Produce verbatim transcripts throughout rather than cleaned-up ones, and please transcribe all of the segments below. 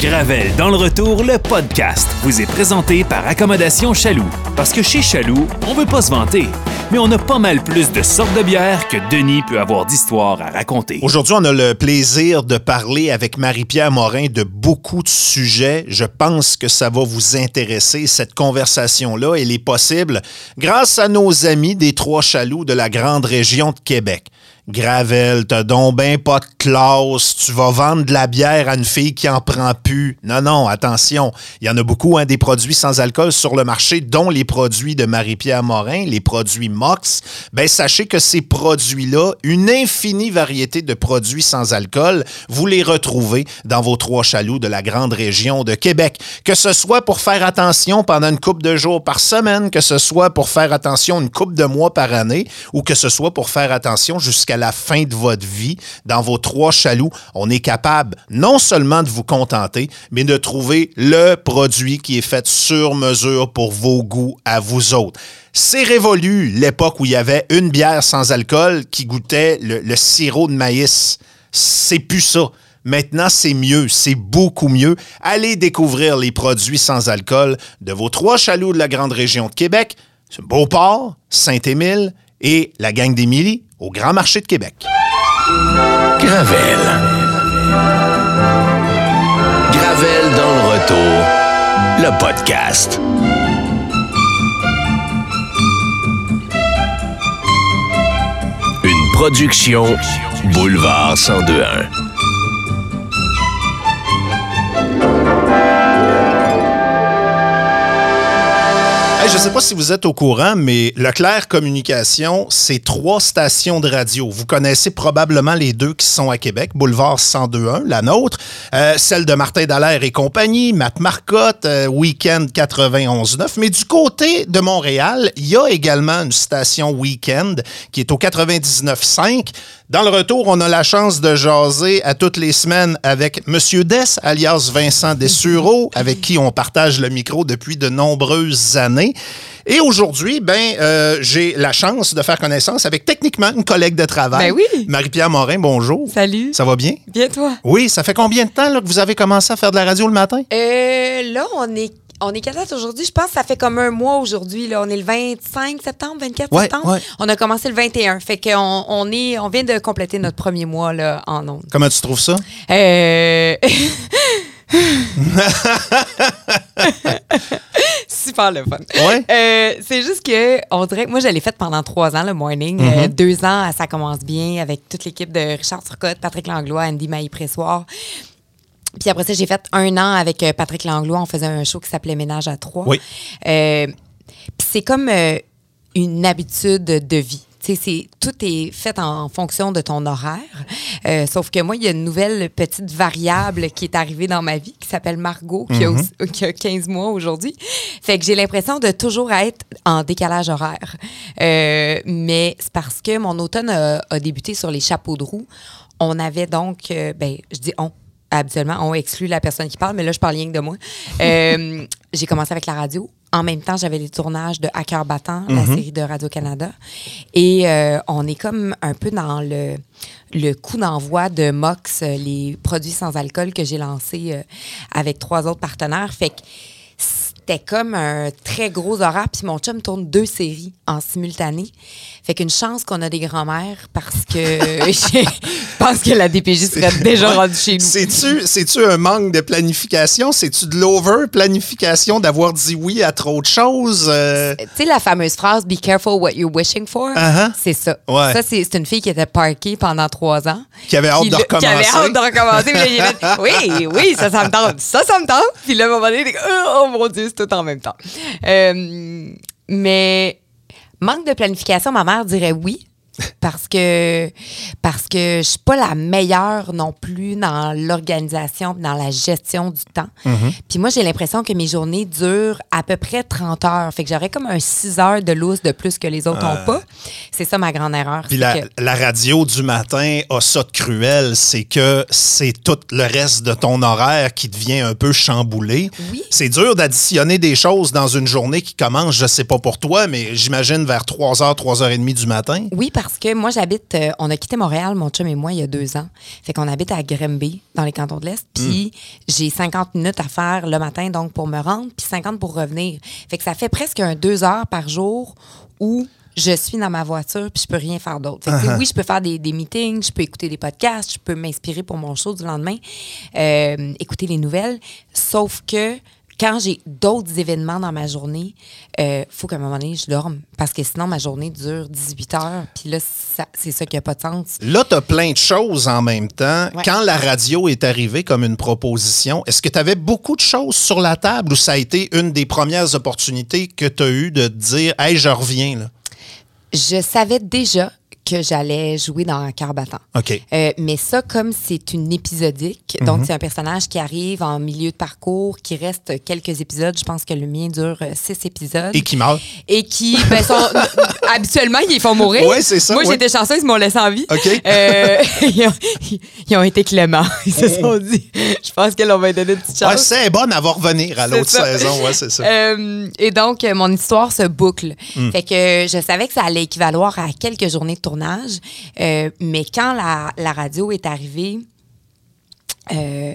Gravel dans le retour, le podcast, vous est présenté par Accommodation Chaloux. Parce que chez Chaloux, on veut pas se vanter, mais on a pas mal plus de sortes de bières que Denis peut avoir d'histoires à raconter. Aujourd'hui, on a le plaisir de parler avec Marie-Pierre Morin de beaucoup de sujets. Je pense que ça va vous intéresser. Cette conversation-là, elle est possible grâce à nos amis des Trois Chaloux de la grande région de Québec. Gravel, t'as donc ben pas de classe, tu vas vendre de la bière à une fille qui en prend plus. Non, non, attention, il y en a beaucoup, hein, des produits sans alcool sur le marché, dont les produits de Marie-Pierre Morin, les produits Mox. Ben, sachez que ces produits-là, une infinie variété de produits sans alcool, vous les retrouvez dans vos Trois Chaloux de la grande région de Québec. Que ce soit pour faire attention pendant une couple de jours par semaine, que ce soit pour faire attention une couple de mois par année, ou que ce soit pour faire attention jusqu'à à la fin de votre vie, dans vos Trois Chaloux, on est capable non seulement de vous contenter, mais de trouver le produit qui est fait sur mesure pour vos goûts à vous autres. C'est révolu l'époque où il y avait une bière sans alcool qui goûtait le, le sirop de maïs. C'est plus ça. Maintenant, c'est mieux, c'est beaucoup mieux. Allez découvrir les produits sans alcool de vos Trois Chaloux de la grande région de Québec, Beauport, Saint-Émile et la gang d'Émilie au Grand Marché de Québec. Gravel. Gravel dans le retour, le podcast. Une production Boulevard cent deux un. Hey, je ne sais pas si vous êtes au courant, mais Leclerc Communication, c'est trois stations de radio. Vous connaissez probablement les deux qui sont à Québec, Boulevard cent deux un, la nôtre, euh, celle de Martin Dallaire et compagnie, Matt Marcotte, euh, Weekend quatre-vingt-onze neuf. Mais du côté de Montréal, il y a également une station Weekend qui est au quatre-vingt-dix-neuf cinq. Dans le retour, on a la chance de jaser à toutes les semaines avec Monsieur Dess, alias Vincent Dessureau, avec qui on partage le micro depuis de nombreuses années. Et aujourd'hui, ben, euh, j'ai la chance de faire connaissance avec techniquement une collègue de travail. Ben oui. Marie-Pierre Morin, bonjour. Salut. Ça va bien? Bien, toi? Oui, ça fait combien de temps là, que vous avez commencé à faire de la radio le matin? Euh, là, on est... On est quelle date aujourd'hui? Je pense que ça fait comme un mois aujourd'hui. Là. On est le vingt-cinq septembre, vingt-quatre ouais, septembre. Ouais. On a commencé le vingt et un. Fait qu'on on est, on vient de compléter notre premier mois là, en ondes. Comment tu trouves ça? Euh... Super le fun. Ouais. Euh, c'est juste que on dirait que moi, je l'ai fait pendant trois ans, le morning. Mm-hmm. Euh, deux ans, ça commence bien avec toute l'équipe de Richard Turcotte, Patrick Langlois, Andy Mailly-Pressoir. Puis après ça, j'ai fait un an avec Patrick Langlois. On faisait un show qui s'appelait Ménage à trois. Oui. Euh, puis c'est comme euh, une habitude de vie. Tu sais, c'est, tout est fait en fonction de ton horaire. Euh, sauf que moi, il y a une nouvelle petite variable qui est arrivée dans ma vie qui s'appelle Margot, qui, mm-hmm. a, aussi, qui a quinze mois aujourd'hui. Fait que j'ai l'impression de toujours être en décalage horaire. Euh, mais c'est parce que mon automne a, a débuté sur les chapeaux de roue. On avait donc, euh, ben, je dis on. Habituellement, on exclut la personne qui parle, mais là, je parle rien que de moi. Euh, j'ai commencé avec la radio. En même temps, j'avais les tournages de À cœur battant, mm-hmm. la série de Radio-Canada. Et euh, on est comme un peu dans le, le coup d'envoi de Mox, les produits sans alcool que j'ai lancés euh, avec trois autres partenaires. Fait que c'était comme un très gros horaire. Puis mon chum tourne deux séries en simultané. Fait qu'une chance qu'on a des grands-mères parce que je pense que la D P J serait déjà ouais. rendue chez nous. C'est-tu, c'est-tu un manque de planification? C'est-tu de l'over-planification d'avoir dit oui à trop de choses? Euh... Tu sais, la fameuse phrase « Be careful what you're wishing for uh-huh. », c'est ça. Ouais. Ça, c'est, c'est une fille qui était parkée pendant trois ans. Qui avait hâte de recommencer. Qui avait hâte de recommencer. Puis là, j'ai dit, oui, oui, ça, ça me tente. Ça, ça me tente. Puis là, à un moment donné, oh mon Dieu, c'est tout en même temps. Euh, mais... Manque de planification, ma mère dirait oui. Parce que parce que je suis pas la meilleure non plus dans l'organisation, dans la gestion du temps. Mm-hmm. Puis moi, j'ai l'impression que mes journées durent à peu près trente heures. Fait que j'aurais comme un six heures de loose de plus que les autres n'ont euh... pas. C'est ça ma grande erreur. Puis la, que... la radio du matin a ça de cruel, c'est que c'est tout le reste de ton horaire qui devient un peu chamboulé. Oui. C'est dur d'additionner des choses dans une journée qui commence, je sais pas pour toi, mais j'imagine vers trois heures, trois heures trente du matin. Oui, parce parce que moi, j'habite... Euh, on a quitté Montréal, mon chum et moi, il y a deux ans. Fait qu'on habite à Grimby, dans les cantons de l'Est. Puis mm. j'ai cinquante minutes à faire le matin, donc, pour me rendre, puis cinquante pour revenir. Fait que ça fait presque un deux heures par jour où je suis dans ma voiture puis je peux rien faire d'autre. Fait que, uh-huh. Oui, je peux faire des, des meetings, je peux écouter des podcasts, je peux m'inspirer pour mon show du lendemain, euh, écouter les nouvelles. Sauf que quand j'ai d'autres événements dans ma journée, il euh, faut qu'à un moment donné, je dorme. Parce que sinon, ma journée dure dix-huit heures. Puis là, ça, c'est ça qui n'a pas de sens. Là, tu as plein de choses en même temps. Ouais. Quand la radio est arrivée comme une proposition, est-ce que tu avais beaucoup de choses sur la table ou ça a été une des premières opportunités que tu as eues de te dire « Hey, je reviens, là ». Je savais déjà que j'allais jouer dans Cœur battant. OK. Euh, mais ça, comme c'est une épisodique, mm-hmm. donc c'est un personnage qui arrive en milieu de parcours, qui reste quelques épisodes. Je pense que le mien dure six épisodes. Et qui meurt. Et qui, ben, sont, habituellement, ils font mourir. Oui, c'est ça. Moi, ouais. j'étais chanceuse, ils m'ont laissé en vie. OK. Euh, ils, ont, ils ont été cléments. Ils se sont dit, je pense qu'elle va donner une petite chance. Ouais, c'est bonne à va revenir à l'autre ça. saison. Ouais, c'est ça. Euh, et donc, mon histoire se boucle. Mm. Fait que je savais que ça allait équivaloir à quelques journées de tournage. Euh, mais quand la, la radio est arrivée, euh,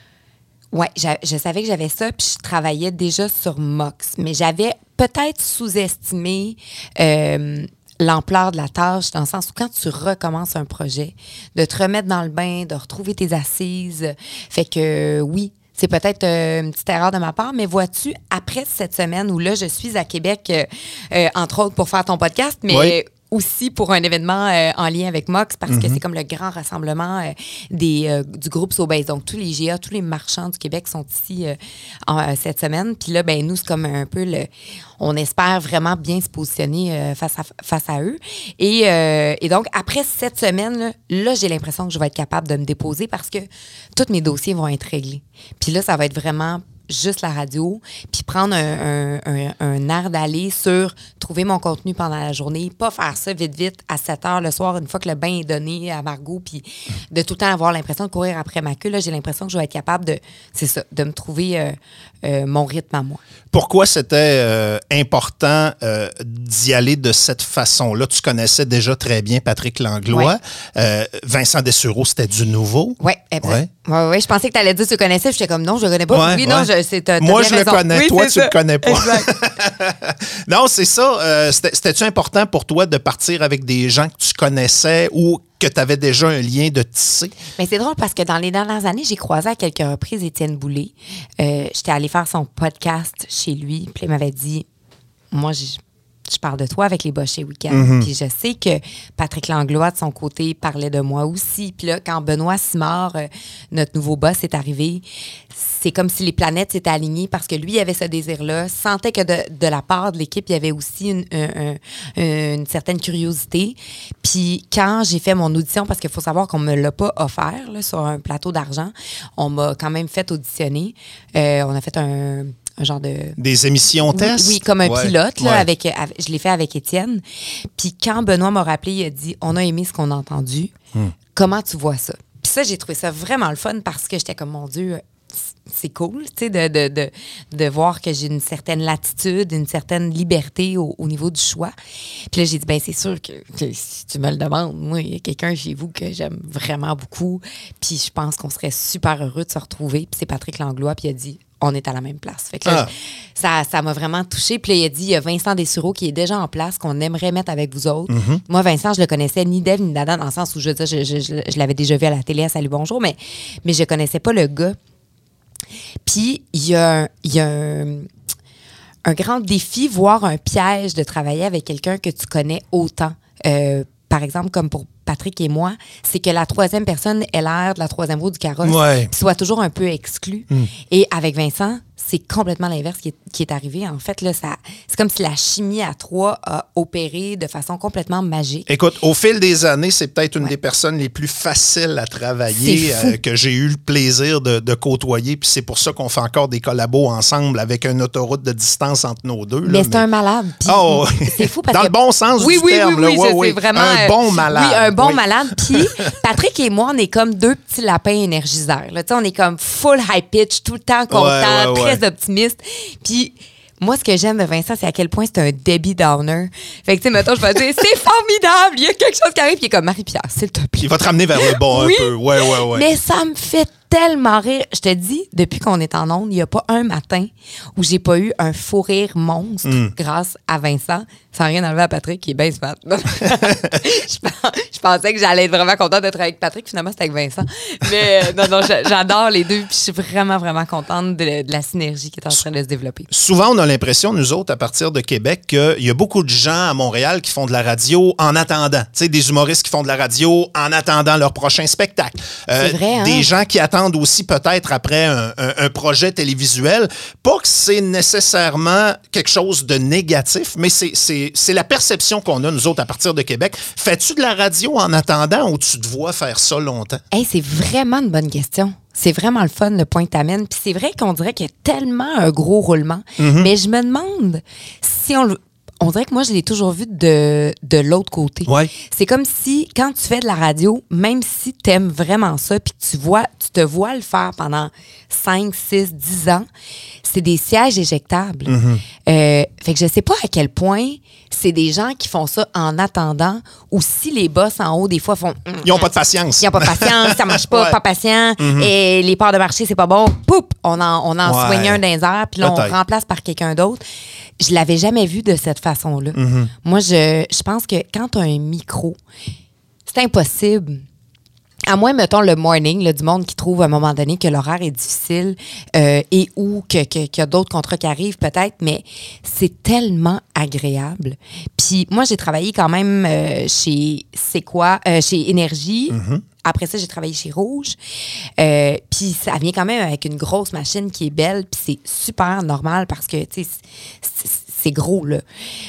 ouais, je savais que j'avais ça, puis je travaillais déjà sur Mox. Mais j'avais peut-être sous-estimé euh, l'ampleur de la tâche, dans le sens où quand tu recommences un projet, de te remettre dans le bain, de retrouver tes assises. Fait que oui, c'est peut-être euh, une petite erreur de ma part, mais vois-tu, après cette semaine où là, je suis à Québec, euh, euh, entre autres pour faire ton podcast, mais... Oui. aussi pour un événement euh, en lien avec Mox, parce mm-hmm. que c'est comme le grand rassemblement euh, des, euh, du groupe Sobeys. Donc, tous les G A, tous les marchands du Québec sont ici euh, en, euh, cette semaine. Puis là, ben nous, c'est comme un peu le... On espère vraiment bien se positionner euh, face, à, face à eux. Et, euh, et donc, après cette semaine, là, là, j'ai l'impression que je vais être capable de me déposer parce que tous mes dossiers vont être réglés. Puis là, ça va être vraiment... juste la radio, puis prendre un, un, un, un air d'aller sur trouver mon contenu pendant la journée, pas faire ça vite, vite, à sept heures le soir, une fois que le bain est donné à Margot, puis de tout le temps avoir l'impression de courir après ma queue. Là, j'ai l'impression que je vais être capable de, c'est ça, de me trouver euh, euh, mon rythme à moi. Pourquoi c'était euh, important euh, d'y aller de cette façon-là? Tu connaissais déjà très bien Patrick Langlois. Ouais. Euh, Vincent Dessureau, c'était du nouveau? Oui, eh ben, ouais. Ouais, ouais, je pensais que tu allais dire que tu le connaissais. J'étais comme non, je le connais pas. Ouais, oui, ouais. non, je, c'est, t'as, t'as moi, bien je raison. le connais. Oui, toi, tu ça. le connais pas. Exact. Non, c'est ça. Euh, c'était, c'était-tu important pour toi de partir avec des gens que tu connaissais ou que tu avais déjà un lien de tisser? Mais c'est drôle parce que dans les dernières années, j'ai croisé à quelques reprises Étienne Boulay. Euh, j'étais allée faire son podcast chez lui. Puis il m'avait dit, moi, je, je parle de toi avec les Bochés Week-end. Mm-hmm. Puis je sais que Patrick Langlois, de son côté, parlait de moi aussi. Puis là, quand Benoît Simard, euh, notre nouveau boss, est arrivé, c'est comme si les planètes s'étaient alignées parce que lui, il avait ce désir-là, sentait que de, de la part de l'équipe, il y avait aussi une, un, un, une certaine curiosité. Puis quand j'ai fait mon audition, parce qu'il faut savoir qu'on ne me l'a pas offert là, sur un plateau d'argent, on m'a quand même fait auditionner. Euh, on a fait un... un genre de... Des émissions tests? Oui, oui, comme un ouais. pilote. Là, ouais. avec, avec, je l'ai fait avec Étienne. Puis quand Benoît m'a rappelé, il a dit « On a aimé ce qu'on a entendu. Hmm. Comment tu vois ça? » Puis ça, j'ai trouvé ça vraiment le fun parce que j'étais comme « Mon Dieu, c'est cool, tu sais, de, de, de, de voir que j'ai une certaine latitude, une certaine liberté au, au niveau du choix. » Puis là, j'ai dit, ben c'est sûr que, que si tu me le demandes, moi, il y a quelqu'un chez vous que j'aime vraiment beaucoup. Puis je pense qu'on serait super heureux de se retrouver. Puis c'est Patrick Langlois, puis il a dit, on est à la même place. Fait que là, ah. je, ça, ça m'a vraiment touchée. Puis là, il a dit, il y a Vincent Dessureau qui est déjà en place, qu'on aimerait mettre avec vous autres. Mm-hmm. Moi, Vincent, je le connaissais ni d'Ève ni d'Adam, dans le sens où je veux dire, je, je, je, je l'avais déjà vu à la télé à Salut Bonjour, mais, mais je connaissais pas le gars. Puis, il y a, un, y a un, un grand défi, voire un piège de travailler avec quelqu'un que tu connais autant. Euh, par exemple, comme pour Patrick et moi, c'est que la troisième personne ait l'air de la troisième roue du carrosse, ouais. soit toujours un peu exclue. Mm. Et avec Vincent, c'est complètement l'inverse qui est, qui est arrivé. En fait, là, ça, c'est comme si la chimie à trois a opéré de façon complètement magique. Écoute, au fil des années, c'est peut-être une ouais. des personnes les plus faciles à travailler euh, que j'ai eu le plaisir de, de côtoyer. Puis c'est pour ça qu'on fait encore des collabos ensemble avec une autoroute de distance entre nos deux. Mais là, c'est mais... un malade. Puis, oh, c'est fou parce Dans que... le bon sens oui, du oui, terme. Oui, là, oui, ouais, oui, oui. c'est vraiment... Un bon malade. Oui, un bon oui. malade. Puis Patrick et moi, on est comme deux petits lapins énergiseurs. Là. On est comme full high pitch, tout le temps content, ouais, ouais, très ouais. optimiste. Puis moi, ce que j'aime de Vincent, c'est à quel point c'est un Debbie Downer. Fait que, tu sais, mettons, je vais dire, c'est formidable, il y a quelque chose qui arrive, puis il est comme Marie-Pierre, s'il te plaît. Il va te ramener vers le bon Oui. un peu. Ouais, ouais, ouais. Mais ça me fait tellement rire. Je te dis, depuis qu'on est en ondes, il n'y a pas un matin où j'ai pas eu un fou rire monstre Mm. grâce à Vincent, sans rien enlever à Patrick, qui est bien smart. je, pens- je pensais que j'allais être vraiment contente d'être avec Patrick. Finalement, c'était avec Vincent. Mais euh, non, non, j'a- j'adore les deux. Puis je suis vraiment, vraiment contente de, de la synergie qui est en train de se développer. Souvent, on a l'impression, nous autres, à partir de Québec, qu'il y a beaucoup de gens à Montréal qui font de la radio en attendant. Tu sais, des humoristes qui font de la radio en attendant leur prochain spectacle. Euh, C'est vrai, hein? Des gens qui attendent aussi peut-être après un, un- un projet télévisuel. Pas que c'est nécessairement quelque chose de négatif, mais c'est, c'est, c'est la perception qu'on a, nous autres, à partir de Québec. Fais-tu de la radio en attendant ou tu te vois faire ça longtemps? Hey, c'est vraiment une bonne question. C'est vraiment le fun, le point que t'amènes. Puis c'est vrai qu'on dirait qu'il y a tellement un gros roulement. Mm-hmm. Mais je me demande si on le... On dirait que moi, je l'ai toujours vu de, de l'autre côté. Ouais. C'est comme si, quand tu fais de la radio, même si tu aimes vraiment ça, puis que tu, vois, tu te vois le faire pendant cinq, six, dix ans, c'est des sièges éjectables. Mm-hmm. Euh, fait que je sais pas à quel point c'est des gens qui font ça en attendant, ou si les boss en haut, des fois, font... Ils n'ont pas de patience. Ils n'ont pas de patience, ça marche pas, Ouais. pas patient, et les parts de marché, c'est pas bon. Poup! On en, on en Ouais. soigne un dans les airs, puis là, on Peut-être. remplace par quelqu'un d'autre. Je l'avais jamais vu de cette façon-là. Moi, je, je pense que quand tu as un micro, c'est impossible. À moins, mettons, le morning, là, du monde qui trouve à un moment donné que l'horaire est difficile euh, et ou que, que- qu'il y a d'autres contrats qui arrivent peut-être, mais c'est tellement agréable. Puis moi, j'ai travaillé quand même euh, chez C'est quoi? Euh, chez Énergie. Après ça, j'ai travaillé chez Rouge. Euh, puis ça vient quand même avec une grosse machine qui est belle. Puis c'est super normal parce que, tu sais, c'est- c'est c'est gros, là.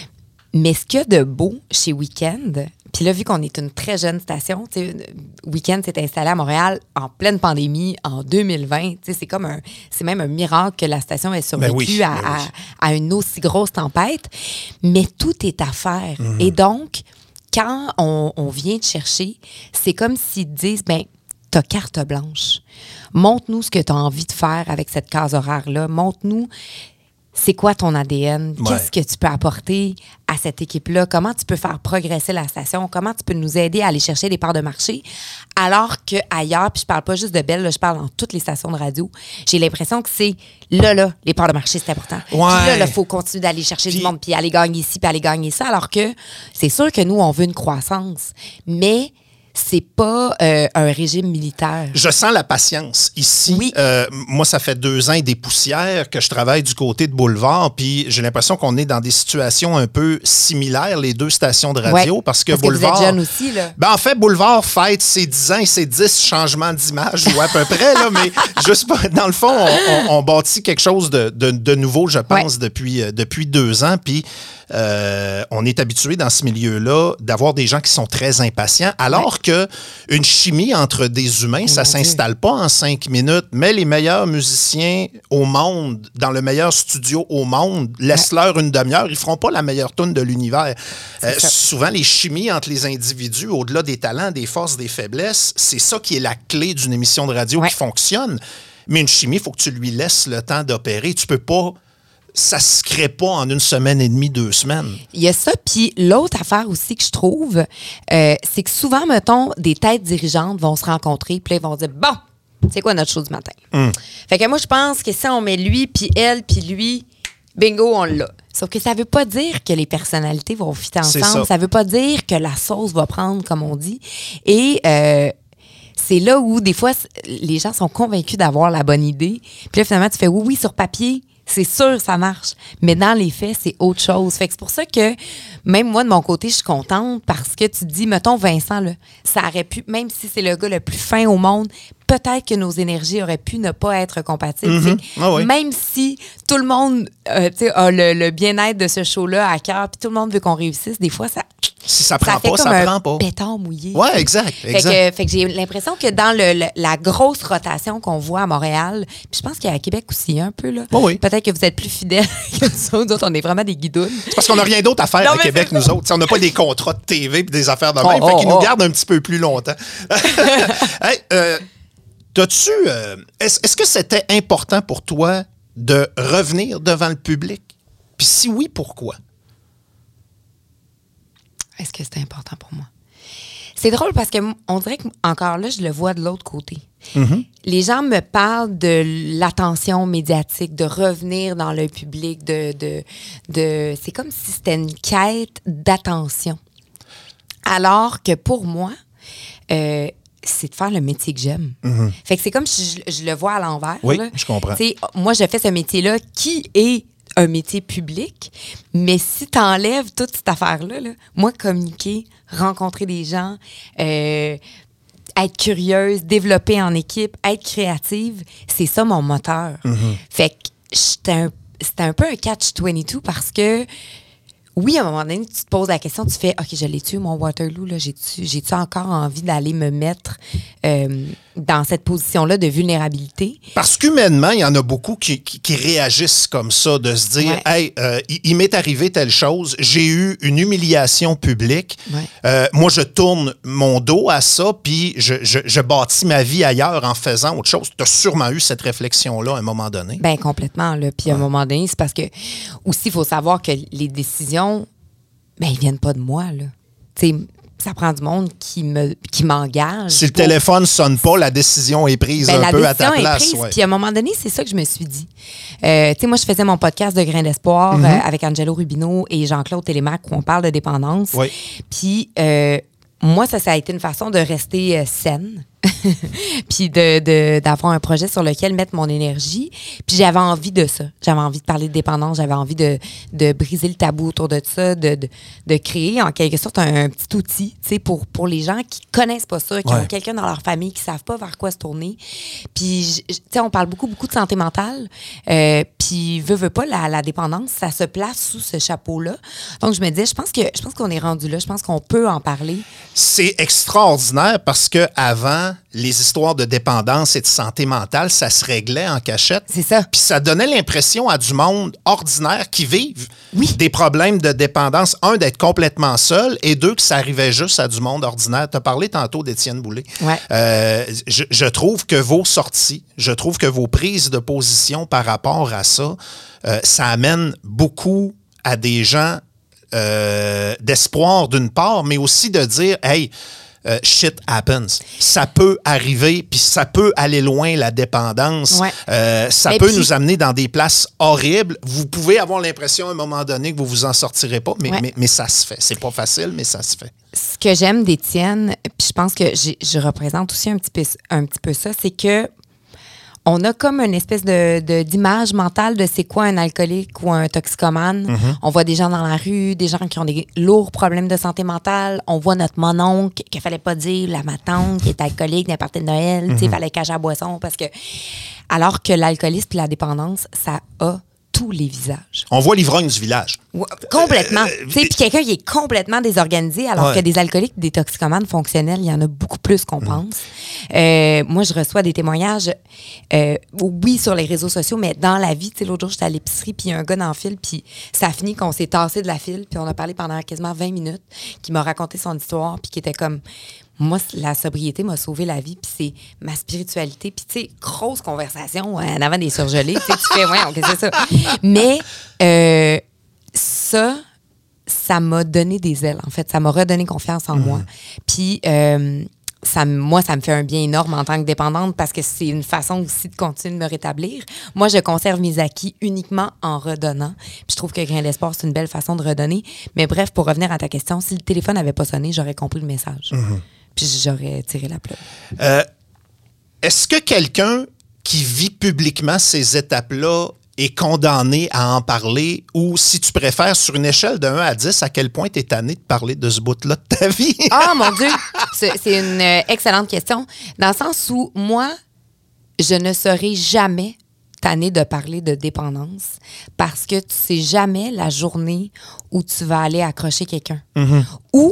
Mais ce qu'il y a de beau chez Weekend, puis là, vu qu'on est une très jeune station, tu sais, Weekend s'est installé à Montréal en pleine pandémie en deux mille vingt. Tu sais, c'est comme un, c'est même un miracle que la station ait survécu Ben oui, à, ben oui. à- à une aussi grosse tempête. Mais tout est à faire. Mhm. Et donc, quand on, on vient te chercher, c'est comme s'ils te disent, ben, t'as carte blanche. Montre-nous ce que tu as envie de faire avec cette case horaire-là. Montre-nous c'est quoi ton A D N? Ouais. Qu'est-ce que tu peux apporter à cette équipe-là? Comment tu peux faire progresser la station? Comment tu peux nous aider à aller chercher des parts de marché? Alors qu'ailleurs, puis je parle pas juste de Bell, là, je parle dans toutes les stations de radio, j'ai l'impression que c'est là, là, les parts de marché, c'est important. Puis là, il faut continuer d'aller chercher Puis- du monde, puis aller gagner ici, puis aller gagner ça. Alors que c'est sûr que nous, on veut une croissance, mais c'est pas euh, un régime militaire. Je sens la patience ici. Oui. Euh, moi, ça fait deux ans et des poussières que je travaille du côté de Boulevard, puis j'ai l'impression qu'on est dans des situations un peu similaires, les deux stations de radio, Ouais. parce que Parce Boulevard... que vous êtes jeune aussi, là. Ben, en fait, Boulevard fête ses dix ans et ses dix changements d'image, ou à peu près, là, mais juste pas, dans le fond, on, on, on bâtit quelque chose de, de, de nouveau, je pense, Ouais. depuis, euh, depuis deux ans, puis euh, on est habitué dans ce milieu-là d'avoir des gens qui sont très impatients, alors que une chimie entre des humains, ça mon Dieu. s'installe pas en cinq minutes, mais les meilleurs musiciens au monde, dans le meilleur studio au monde, laisse-leur une demi-heure, ils feront pas la meilleure tune de l'univers. Euh, ça. souvent, les chimies entre les individus, au-delà des talents, des forces, des faiblesses, c'est ça qui est la clé d'une émission de radio Ouais. qui fonctionne. Mais une chimie, il faut que tu lui laisses le temps d'opérer. Tu peux pas... Ça se crée pas en une semaine et demie, deux semaines. Il y a ça, puis l'autre affaire aussi que je trouve, euh, c'est que souvent, mettons, des têtes dirigeantes vont se rencontrer, puis là, ils vont dire, bon, c'est quoi notre show du matin? Fait que moi, je pense que si on met lui, puis elle, puis lui, bingo, on l'a. Sauf que ça veut pas dire que les personnalités vont fitter C'est ensemble. ça. Ça veut pas dire que la sauce va prendre, comme on dit. Et... euh, c'est là où, des fois, c- les gens sont convaincus d'avoir la bonne idée. Puis là, finalement, tu fais oui, oui, sur papier, c'est sûr, ça marche. Mais dans les faits, c'est autre chose. Fait que c'est pour ça que, même moi, de mon côté, je suis contente parce que tu te dis, mettons, Vincent, là, ça aurait pu, même si c'est le gars le plus fin au monde, peut-être que nos énergies auraient pu ne pas être compatibles. Mhm. Fait que Ah oui. Même si tout le monde euh, tu sais, a le, le bien-être de ce show-là à cœur, puis tout le monde veut qu'on réussisse, des fois, ça, Si ça prend ça fait pas, comme ça un prend pas. béton mouillé. Ouais, exact, Fait exact. que, fait que j'ai l'impression que dans le, le- la grosse rotation qu'on voit à Montréal, puis je pense qu'il y a à Québec aussi un peu, là. Oh oui. Peut-être que vous êtes plus fidèles que nous autres. Nous autres, on est vraiment des guidounes. C'est parce qu'on n'a rien d'autre à faire Non, à mais Québec, c'est nous autres. T'sais, on n'a pas des contrats de T V et des affaires de Oh, même. oh, fait qu'ils oh. nous gardent un petit peu plus longtemps. Hey, euh, t'as-tu, euh, est-ce, est-ce que c'était important pour toi de revenir devant le public? Puis si oui, pourquoi? Est-ce que c'est important pour moi? C'est drôle parce que on dirait qu'encore là, je le vois de l'autre côté. Mm-hmm. Les gens me parlent de l'attention médiatique, de revenir dans le public, de, de, de c'est comme si c'était une quête d'attention. Alors que pour moi, euh, c'est de faire le métier que j'aime. Mm-hmm. Fait que c'est comme si je, je le vois à l'envers. Oui, là. Je comprends. T'sais, moi, je fais ce métier-là qui est un métier public, mais si tu enlèves toute cette affaire-là, là, moi, communiquer, rencontrer des gens, euh, être curieuse, développer en équipe, être créative, c'est ça mon moteur. Mm-hmm. Fait que c'était un, c'était un peu un catch vingt-deux parce que oui, à un moment donné, tu te poses la question, tu fais « OK, je l'ai tué, mon Waterloo, là, j'ai-tu, j'ai-tu encore envie d'aller me mettre euh, dans cette position-là de vulnérabilité? » Parce qu'humainement, il y en a beaucoup qui, qui, qui réagissent comme ça, de se dire ouais. « Hey, euh, il, il m'est arrivé telle chose, j'ai eu une humiliation publique, ouais. euh, moi, je tourne mon dos à ça, puis je, je, je bâtis ma vie ailleurs en faisant autre chose. » Tu as sûrement eu cette réflexion-là à un moment donné. Bien, complètement. Là. Puis ouais. à un moment donné, c'est parce que aussi, il faut savoir que les décisions ben, ils viennent pas de moi, là. Tu sais, ça prend du monde qui me qui m'engage. Si le pour... téléphone sonne pas, la décision est prise ben, un peu à ta place. La décision est prise, puis à un moment donné, c'est ça que je me suis dit. Euh, tu sais, moi, je faisais mon podcast de Grain d'espoir mm-hmm. euh, avec Angelo Rubino et Jean-Claude Télémac où on parle de dépendance. Oui. Puis euh, moi, ça, ça a été une façon de rester euh, saine. Puis de, de, d'avoir un projet sur lequel mettre mon énergie. Puis j'avais envie de ça. J'avais envie de parler de dépendance. J'avais envie de, de briser le tabou autour de ça, de, de, de créer en quelque sorte un, un petit outil, tu sais, pour, pour les gens qui connaissent pas ça, qui ouais. ont quelqu'un dans leur famille, qui savent pas vers quoi se tourner. Puis, tu sais, on parle beaucoup, beaucoup de santé mentale. Euh, puis, veut, veut pas, la, la dépendance, ça se place sous ce chapeau-là. Donc, je me disais, je pense que je pense qu'on est rendu là. Je pense qu'on peut en parler. C'est extraordinaire parce que avant les histoires de dépendance et de santé mentale, ça se réglait en cachette. C'est ça. Puis ça donnait l'impression à du monde ordinaire qui vivent oui. des problèmes de dépendance. Un, d'être complètement seul et deux, que ça arrivait juste à du monde ordinaire. Tu as parlé tantôt d'Étienne Boulay. Ouais. Euh, je, je trouve que vos sorties, je trouve que vos prises de position par rapport à ça, euh, ça amène beaucoup à des gens euh, d'espoir d'une part, mais aussi de dire, hey, Uh, shit happens. Ça peut arriver, puis ça peut aller loin, la dépendance. Ouais. Euh, ça mais peut puis... nous amener dans des places horribles. Vous pouvez avoir l'impression à un moment donné que vous vous en sortirez pas, mais, ouais. mais, mais ça se fait. C'est pas facile, mais ça se fait. Ce que j'aime d'Étienne, puis je pense que j'ai, je représente aussi un petit peu, un petit peu ça, c'est que on a comme une espèce de, de, d'image mentale de c'est quoi un alcoolique ou un toxicomane. Mm-hmm. On voit des gens dans la rue, des gens qui ont des lourds problèmes de santé mentale. On voit notre mononcle qu'il fallait pas dire, la ma tante qui est alcoolique d'un party de Noël, mm-hmm. il fallait cacher la boisson parce que... Alors que l'alcoolisme et la dépendance, ça a tous les visages. On voit l'ivrogne du village. Ouais, complètement. Euh, tu sais, puis quelqu'un qui est complètement désorganisé, alors ouais. que des alcooliques, des toxicomanes fonctionnels, il y en a beaucoup plus qu'on mmh. pense. Euh, moi, je reçois des témoignages, euh, oui, sur les réseaux sociaux, mais dans la vie. Tu sais, l'autre jour, j'étais à l'épicerie, puis il y a un gars dans le fil, puis ça a fini qu'on s'est tassé de la file, puis on a parlé pendant quasiment vingt minutes, qui m'a raconté son histoire, puis qui était comme... Moi, la sobriété m'a sauvé la vie, puis c'est ma spiritualité. Puis, tu sais, grosse conversation en avant des surgelés. Tu sais, tu fais, ouais, OK, c'est ça. Mais euh, ça, ça m'a donné des ailes, en fait. Ça m'a redonné confiance en mmh. moi. Puis, euh, ça, moi, ça me fait un bien énorme en tant que dépendante parce que c'est une façon aussi de continuer de me rétablir. Moi, je conserve mes acquis uniquement en redonnant. Puis je trouve que Grain d'espoir, c'est une belle façon de redonner. Mais bref, pour revenir à ta question, si le téléphone n'avait pas sonné, j'aurais compris le message. Mmh. Puis j'aurais tiré la plug. Euh, est-ce que quelqu'un qui vit publiquement ces étapes-là est condamné à en parler? Ou si tu préfères, sur une échelle de un à dix, à quel point tu es tanné de parler de ce bout-là de ta vie? Ah, mon Dieu! C'est, c'est une euh, excellente question. Dans le sens où, moi, je ne serai jamais tannée de parler de dépendance parce que tu sais jamais la journée où tu vas aller accrocher quelqu'un. Mm-hmm. Ou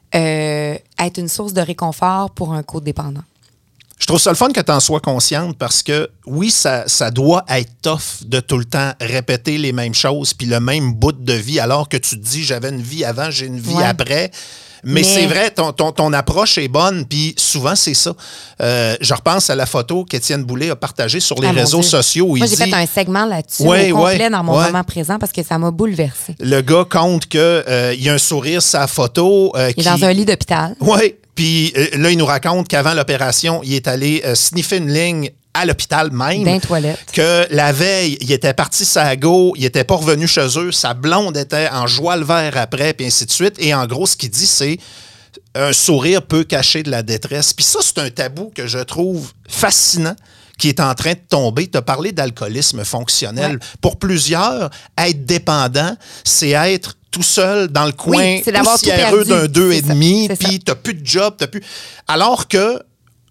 Euh, être une source de réconfort pour un codépendant. Je trouve ça le fun que tu en sois consciente parce que, oui, ça, ça doit être tough de tout le temps répéter les mêmes choses puis le même bout de vie alors que tu te dis « j'avais une vie avant, j'ai une vie ouais. après ». Mais, Mais... c'est vrai, ton, ton, ton approche est bonne, puis souvent, c'est ça. Euh, je repense à la photo qu'Étienne Boulay a partagée sur les Ah, mon réseaux Dieu. sociaux où Moi, il j'ai dit... fait un segment là-dessus Ouais, au complet ouais, dans mon ouais. moment présent parce que ça m'a bouleversée. Le gars compte qu'il euh, y a un sourire sur sa photo. Euh, Il est qui... dans un lit d'hôpital. Oui, puis euh, là, il nous raconte qu'avant l'opération, il est allé euh, sniffer une ligne à l'hôpital même. Dans les toilettes. Que la veille, il était parti sa go, il était pas revenu chez eux, sa blonde était en joie le vert après, puis ainsi de suite. Et en gros, ce qu'il dit, c'est un sourire peut cacher de la détresse. Puis ça, c'est un tabou que je trouve fascinant qui est en train de tomber. Tu as parlé d'alcoolisme fonctionnel. Ouais. Pour plusieurs, être dépendant, c'est être tout seul dans le coin, oui, c'est d'avoir poussiéreux tout perdu. d'un deux et C'est demi, ça, puis t'as plus de job, t'as plus... Alors que,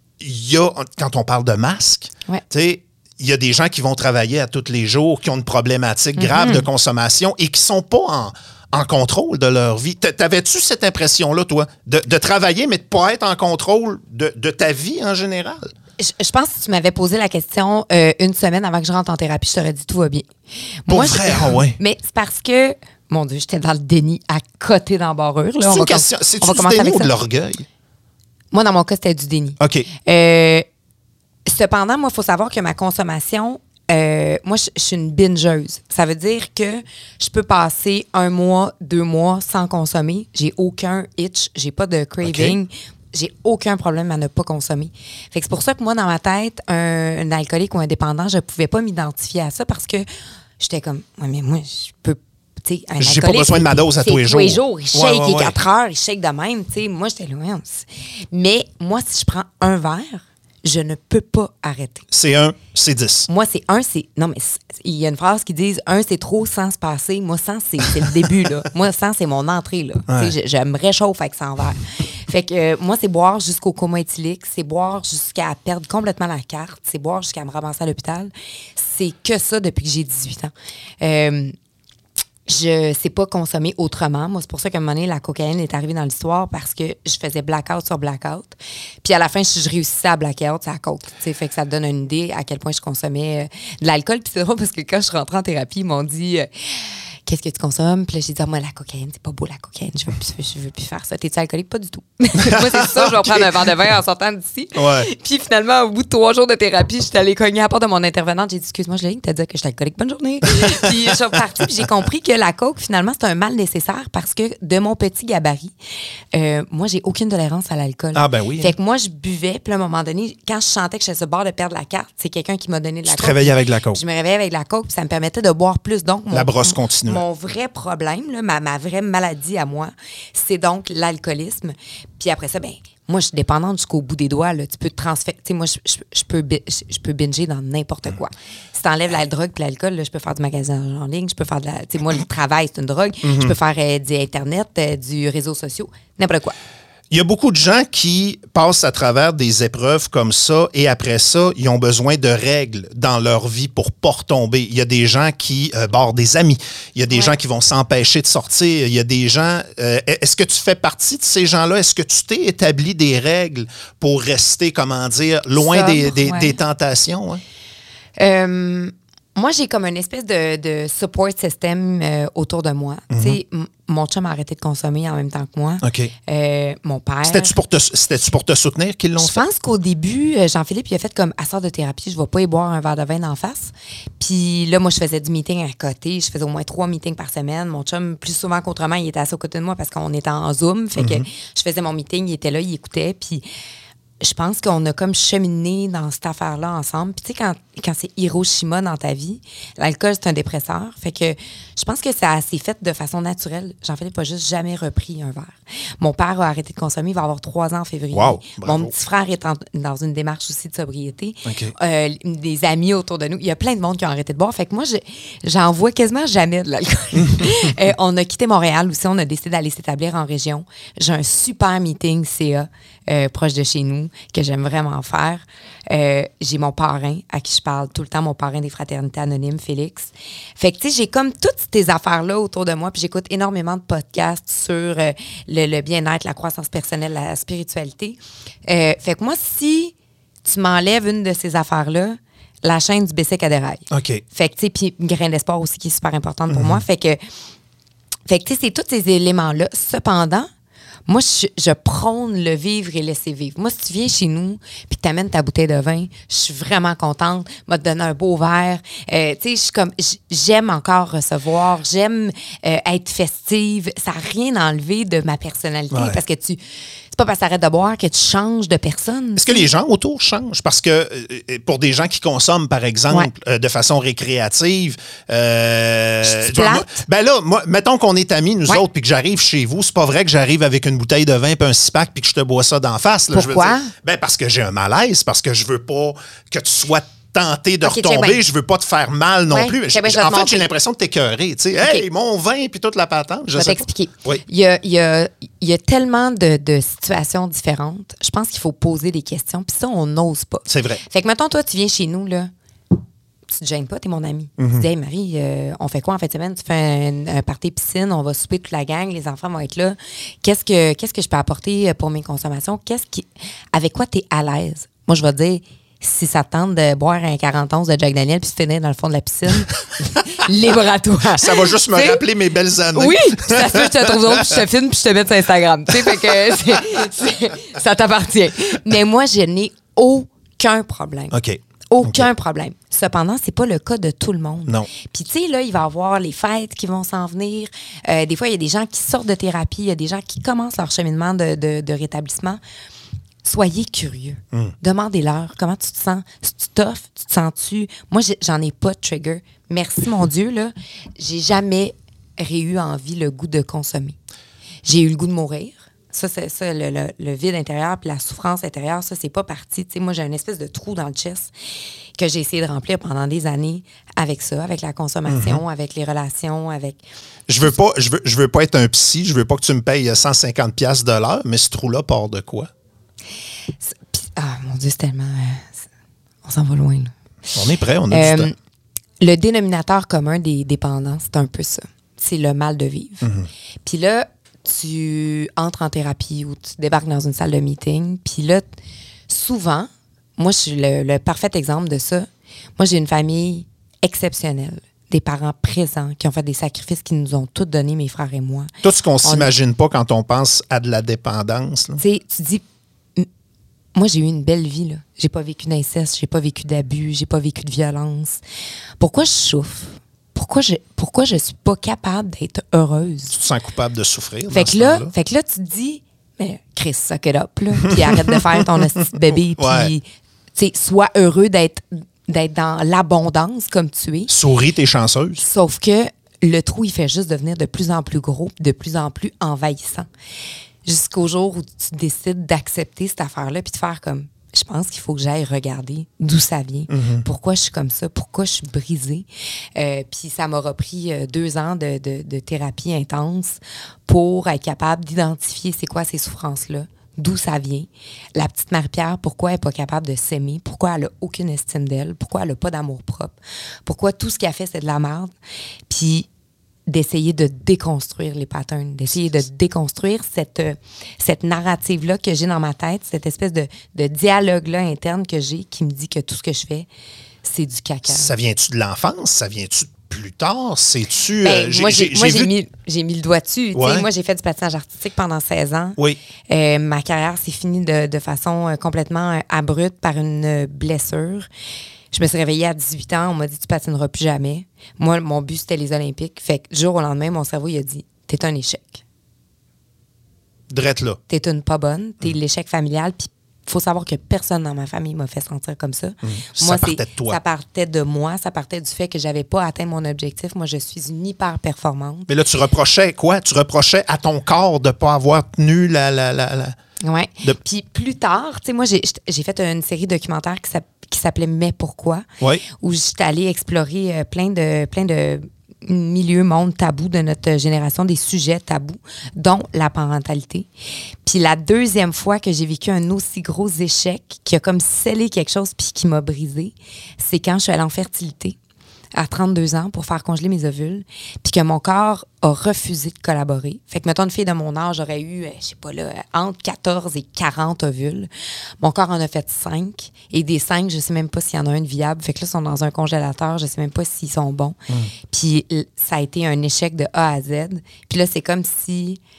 il y a, quand on parle de masque, ouais. tu sais, il y a des gens qui vont travailler à tous les jours, qui ont une problématique grave mm-hmm. de consommation et qui sont pas en, en contrôle de leur vie. T'avais-tu cette impression-là, toi, de, de travailler, mais de pas être en contrôle de, de ta vie en général? Je, je pense que tu m'avais posé la question euh, une semaine avant que je rentre en thérapie, je t'aurais dit tout va bien. Pour Moi, vrai, ah ouais. Mais c'est parce que, mon Dieu, j'étais dans le déni à côté d'embarrure. C'est une question, c'est du déni ou de l'orgueil? Moi, dans mon cas, c'était du déni. OK. Euh, cependant, moi, il faut savoir que ma consommation, euh, moi, je suis une bingeuse. Ça veut dire que je peux passer un mois, deux mois sans consommer. J'ai aucun itch, j'ai pas de craving. Okay. J'ai aucun problème à ne pas consommer. Fait que c'est pour ça que moi, dans ma tête, un, un alcoolique ou un dépendant, je pouvais pas m'identifier à ça parce que j'étais comme, ouais, mais moi, je peux Un J'ai pas besoin de ma dose à tous les jours. Tous les jours. Il shake, ouais, ouais, il est ouais. quatre heures, il shake de même. T'sais. Moi, j'étais loin. Mais moi, si je prends un verre, je ne peux pas arrêter. C'est un, c'est dix. Moi, c'est un, c'est... Non, mais il y a une phrase qui dit un, c'est trop sans se passer. Moi, cent, c'est, c'est le début. Là. Moi, cent, c'est mon entrée. Là. Ouais. Je, je me réchauffe avec cent verres. Fait que euh, moi, c'est boire jusqu'au coma éthylique. C'est boire jusqu'à perdre complètement la carte. C'est boire jusqu'à me ramasser à l'hôpital. C'est que ça depuis que j'ai dix-huit ans. Euh, Je ne sais pas consommer autrement. Moi, c'est pour ça qu'à un moment donné, la cocaïne est arrivée dans l'histoire parce que je faisais blackout sur blackout. Puis à la fin, je, je réussissais à blackout, c'est la coke. T'sais, fait que ça te donne une idée à quel point je consommais euh, de l'alcool. Puis c'est drôle parce que quand je suis rentrée en thérapie, ils m'ont dit... Euh, qu'est-ce que tu consommes? Puis là, j'ai dit, ah, moi, la cocaïne, c'est pas beau, la cocaïne. Je veux plus, je veux plus faire ça. T'es-tu alcoolique? Pas du tout. Moi, c'est ça, je vais okay. prendre un verre de vin en sortant d'ici. Ouais. Puis finalement, au bout de trois jours de thérapie, j'étais allée cogner à la porte de mon intervenante. J'ai dit, excuse-moi, je l'ai t'as dit que j'étais alcoolique. Bonne journée. Puis je suis repartie, puis j'ai compris que la coke, finalement, c'est un mal nécessaire parce que de mon petit gabarit, euh, moi, j'ai aucune tolérance à l'alcool. Ah, ben oui. Fait hein. que moi, je buvais, puis à un moment donné, quand je sentais que j'étais sur le bord de perdre la carte, c'est quelqu'un qui m'a donné de la tu coke. te réveillais avec de la coke. Je me réveillais avec de la coke, puis ça me permettait de boire plus. Donc, mon, la brosse continue. Mon vrai problème, Là, ma, ma vraie maladie à moi, c'est donc l'alcoolisme. Puis après ça, ben moi, je suis dépendante jusqu'au bout des doigts. Là. Tu peux te transférer. Tu sais, moi, je, je, je, peux, je, je peux binger dans n'importe quoi. Si tu enlèves la drogue et l'alcool, là, je peux faire du magasinage en ligne, je peux faire de la. Tu sais, moi, le travail, c'est une drogue. Mm-hmm. Je peux faire euh, du Internet, euh, du réseau social, n'importe quoi. Il y a beaucoup de gens qui passent à travers des épreuves comme ça et après ça, ils ont besoin de règles dans leur vie pour pas retomber. Il y a des gens qui euh, bordent des amis. Il y a des ouais. gens qui vont s'empêcher de sortir. Il y a des gens... Euh, est-ce que tu fais partie de ces gens-là? Est-ce que tu t'es établi des règles pour rester, comment dire, loin Sobre, des, des, ouais. des tentations? Hein? Euh... Moi, j'ai comme une espèce de, de support system euh, autour de moi. Mm-hmm. Tu sais, m- mon chum a arrêté de consommer en même temps que moi. OK. Euh, mon père... C'était-tu pour te, c'était-tu pour te soutenir qu'ils l'ont je fait? Je pense qu'au début, Jean-Philippe, il a fait comme, à sort de thérapie, je vais pas y boire un verre de vin d'en face. Puis là, moi, je faisais du meeting à côté. Je faisais au moins trois meetings par semaine. Mon chum, plus souvent qu'autrement, il était assis à côté de moi parce qu'on était en Zoom. Fait mm-hmm. que je faisais mon meeting, il était là, il écoutait. Puis... je pense qu'on a comme cheminé dans cette affaire-là ensemble. Puis tu sais, quand, quand c'est Hiroshima dans ta vie, l'alcool, c'est un dépresseur. Fait que je pense que ça s'est fait de façon naturelle. Jean-Philippe n'a juste jamais repris un verre. Mon père a arrêté de consommer, il va avoir trois ans en février. Wow, mon petit frère est en, dans une démarche aussi de sobriété. Okay. Euh, des amis autour de nous. Il y a plein de monde qui ont arrêté de boire. Fait que moi, je, j'en vois quasiment jamais de l'alcool. euh, on a quitté Montréal aussi. On a décidé d'aller s'établir en région. J'ai un super meeting C A euh, proche de chez nous que j'aime vraiment faire. Euh, j'ai mon parrain à qui je parle tout le temps, mon parrain des fraternités anonymes, Félix. Fait que, tu sais, j'ai comme toutes ces affaires-là autour de moi, puis j'écoute énormément de podcasts sur euh, le, le bien-être, la croissance personnelle, la spiritualité. Euh, fait que moi, si tu m'enlèves une de ces affaires-là, la chaîne du Bessic à déraille. OK. Fait que, tu sais, puis une graine d'espoir aussi qui est super importante pour mm-hmm. moi. Fait que, fait que tu sais, c'est tous ces éléments-là. Cependant, Moi, je, je prône le vivre et laisser vivre. Moi, si tu viens chez nous puis que tu amènes ta bouteille de vin, je suis vraiment contente. M'a te donner un beau verre. Euh, tu sais, je suis comme, j'aime encore recevoir. J'aime euh, être festive. Ça n'a rien enlevé de ma personnalité Ouais. parce que tu... C'est pas parce que t'arrêtes de boire que tu changes de personne. Est-ce que les gens autour changent? Parce que euh, pour des gens qui consomment, par exemple, Ouais. euh, de façon récréative, euh, Je suis tu vois, plate. moi- ben là, moi, mettons qu'on est amis, nous Ouais. autres, puis que j'arrive chez vous, c'est pas vrai que j'arrive avec une bouteille de vin puis un six-pack puis que je te bois ça d'en face. Là, je veux Pourquoi? dire. Ben parce que j'ai un malaise, parce que je veux pas que tu sois tenté de Ok, check retomber, bien. je veux pas te faire mal non Ouais, plus. check J'ai- bien, je vais en te fait, montrer. j'ai l'impression de t'écœurer. Tu sais, Ok. hey, mon vin puis toute la patente. Je Je vais sais pas. t'expliquer. Oui. Il y a, il y a- il y a tellement de, de situations différentes. Je pense qu'il faut poser des questions. Puis ça, on n'ose pas. C'est vrai. Fait que, mettons, toi, tu viens chez nous, là. Tu te gênes pas, t'es mon ami. Tu te dis, hey, Marie, euh, on fait quoi en fin de semaine? Tu fais un, un party piscine, on va souper toute la gang, les enfants vont être là. Qu'est-ce que, qu'est-ce que je peux apporter pour mes consommations? Qu'est-ce qui, avec quoi tu es à l'aise? Moi, je vais te dire, si ça te tente de boire un quarante onces de Jack Daniel puis se finir dans le fond de la piscine, libre à toi. Ça va juste me T'sais, rappeler mes belles années. oui, ça se peut que tu te trouves drôle, puis je te filme, puis je te mets sur Instagram. Tu sais, fait que c'est- c'est- ça t'appartient. Mais moi, je n'ai aucun problème. OK. Aucun problème. Cependant, c'est pas le cas de tout le monde. Non. Puis tu sais, là, il va y avoir les fêtes qui vont s'en venir. Euh, des fois, il y a des gens qui sortent de thérapie, il y a des gens qui commencent leur cheminement de, de- de rétablissement. Soyez curieux. Demandez-leur comment tu te sens. Si tu t'offres, tu te sens-tu... Moi, j'ai- j'en ai pas de trigger. Merci, mon Dieu, là. J'ai jamais eu envie le goût de consommer. J'ai eu le goût de mourir. Ça, c'est ça, le, le- le vide intérieur puis la souffrance intérieure, ça, c'est pas parti. Tu sais, moi, j'ai une espèce de trou dans le chest que j'ai essayé de remplir pendant des années avec ça, avec la consommation, avec les relations, avec... Je veux pas, je veux, je veux pas être un psy, je veux pas que tu me payes cent cinquante piastres de l'heure, mais ce trou-là part de quoi? Puis- ah, mon Dieu, c'est tellement... euh, c'est- on s'en va loin, là. On est prêt, on a Euh, du temps. le dénominateur commun des dépendants, c'est un peu ça. C'est le mal de vivre. Puis là, tu entres en thérapie ou tu débarques dans une salle de meeting. Puis là, t- souvent, moi, je suis le, le parfait exemple de ça. Moi, j'ai une famille exceptionnelle. Des parents présents qui ont fait des sacrifices qui nous ont tous donné, mes frères et moi. Tout ce qu'on on- s'imagine pas quand on pense à de la dépendance. là. Tu sais, tu dis, M- moi, j'ai eu une belle vie, là. J'ai pas vécu d'inceste, j'ai pas vécu d'abus, j'ai pas vécu de violence. Pourquoi je souffre? Pourquoi je, pourquoi je suis pas capable d'être heureuse? Tu te sens coupable de souffrir. Fait dans que, ce là, temps-là. fait que là, tu te dis, mais Chris, suck it up, là, puis arrête de faire ton petit bébé, puis, Ouais. tu sais, sois heureux d'être, d'être dans l'abondance comme tu es. Souris, t'es chanceuse. Sauf que le trou, il fait juste devenir de plus en plus gros, de plus en plus envahissant. Jusqu'au jour où tu décides d'accepter cette affaire-là, puis de faire comme, je pense qu'il faut que j'aille regarder d'où ça vient, pourquoi je suis comme ça, pourquoi je suis brisée. Euh, puis ça m'aura pris euh, deux ans de, de- de thérapie intense pour être capable d'identifier c'est quoi ces souffrances-là, d'où ça vient. La petite Marie-Pierre, pourquoi elle n'est pas capable de s'aimer, pourquoi elle n'a aucune estime d'elle, pourquoi elle n'a pas d'amour propre, pourquoi tout ce qu'elle fait, c'est de la merde. Puis d'essayer de déconstruire les patterns, d'essayer de déconstruire cette, euh, cette narrative-là que j'ai dans ma tête, cette espèce de, de dialogue-là interne que j'ai qui me dit que tout ce que je fais, c'est du caca. Ça vient-tu de l'enfance? Ça vient-tu de plus tard? C'est-tu... Ben, euh, moi, j'ai, moi, j'ai vu- mis, j'ai mis le doigt dessus. Tu sais, Ouais. Moi, j'ai fait du patinage artistique pendant seize ans. Oui. Euh, ma carrière s'est finie de, de façon euh, complètement euh, abrupte par une euh, blessure. Je me suis réveillée à dix-huit ans. On m'a dit, tu patineras plus jamais. Moi, mon but, c'était les Olympiques. Fait que, du jour au lendemain, mon cerveau, il a dit, t'es un échec. Drette là. T'es une pas bonne. T'es l'échec familial. Puis, il faut savoir que personne dans ma famille m'a fait sentir comme ça. Ça Moi, partait c'est- de toi. Ça partait de moi. Ça partait du fait que j'avais pas atteint mon objectif. Moi, je suis une hyper performante. Mais là, tu reprochais quoi? Tu reprochais à ton corps de ne pas avoir tenu la... la, la, la- Ouais. De- Puis plus tard, tu sais, moi, j'ai, j'ai fait une série documentaire qui, s'app- qui s'appelait Mais pourquoi? Oui. Où j'étais allée explorer euh, plein de plein de milieux, mondes tabous de notre génération, des sujets tabous, dont la parentalité. Puis la deuxième fois que j'ai vécu un aussi gros échec qui a comme scellé quelque chose puis qui m'a brisée, c'est quand je suis allée en fertilité à trente-deux ans pour faire congeler mes ovules, puis que mon corps a refusé de collaborer. Fait que, mettons, une fille de mon âge aurait eu, euh, je sais pas là, entre quatorze et quarante ovules. Mon corps en a fait cinq, et des cinq, je sais même pas s'il y en a un de viable. Fait que là, ils sont dans un congélateur, je sais même pas s'ils sont bons. Puis l- ça a été un échec de A à Z. Puis là, c'est comme si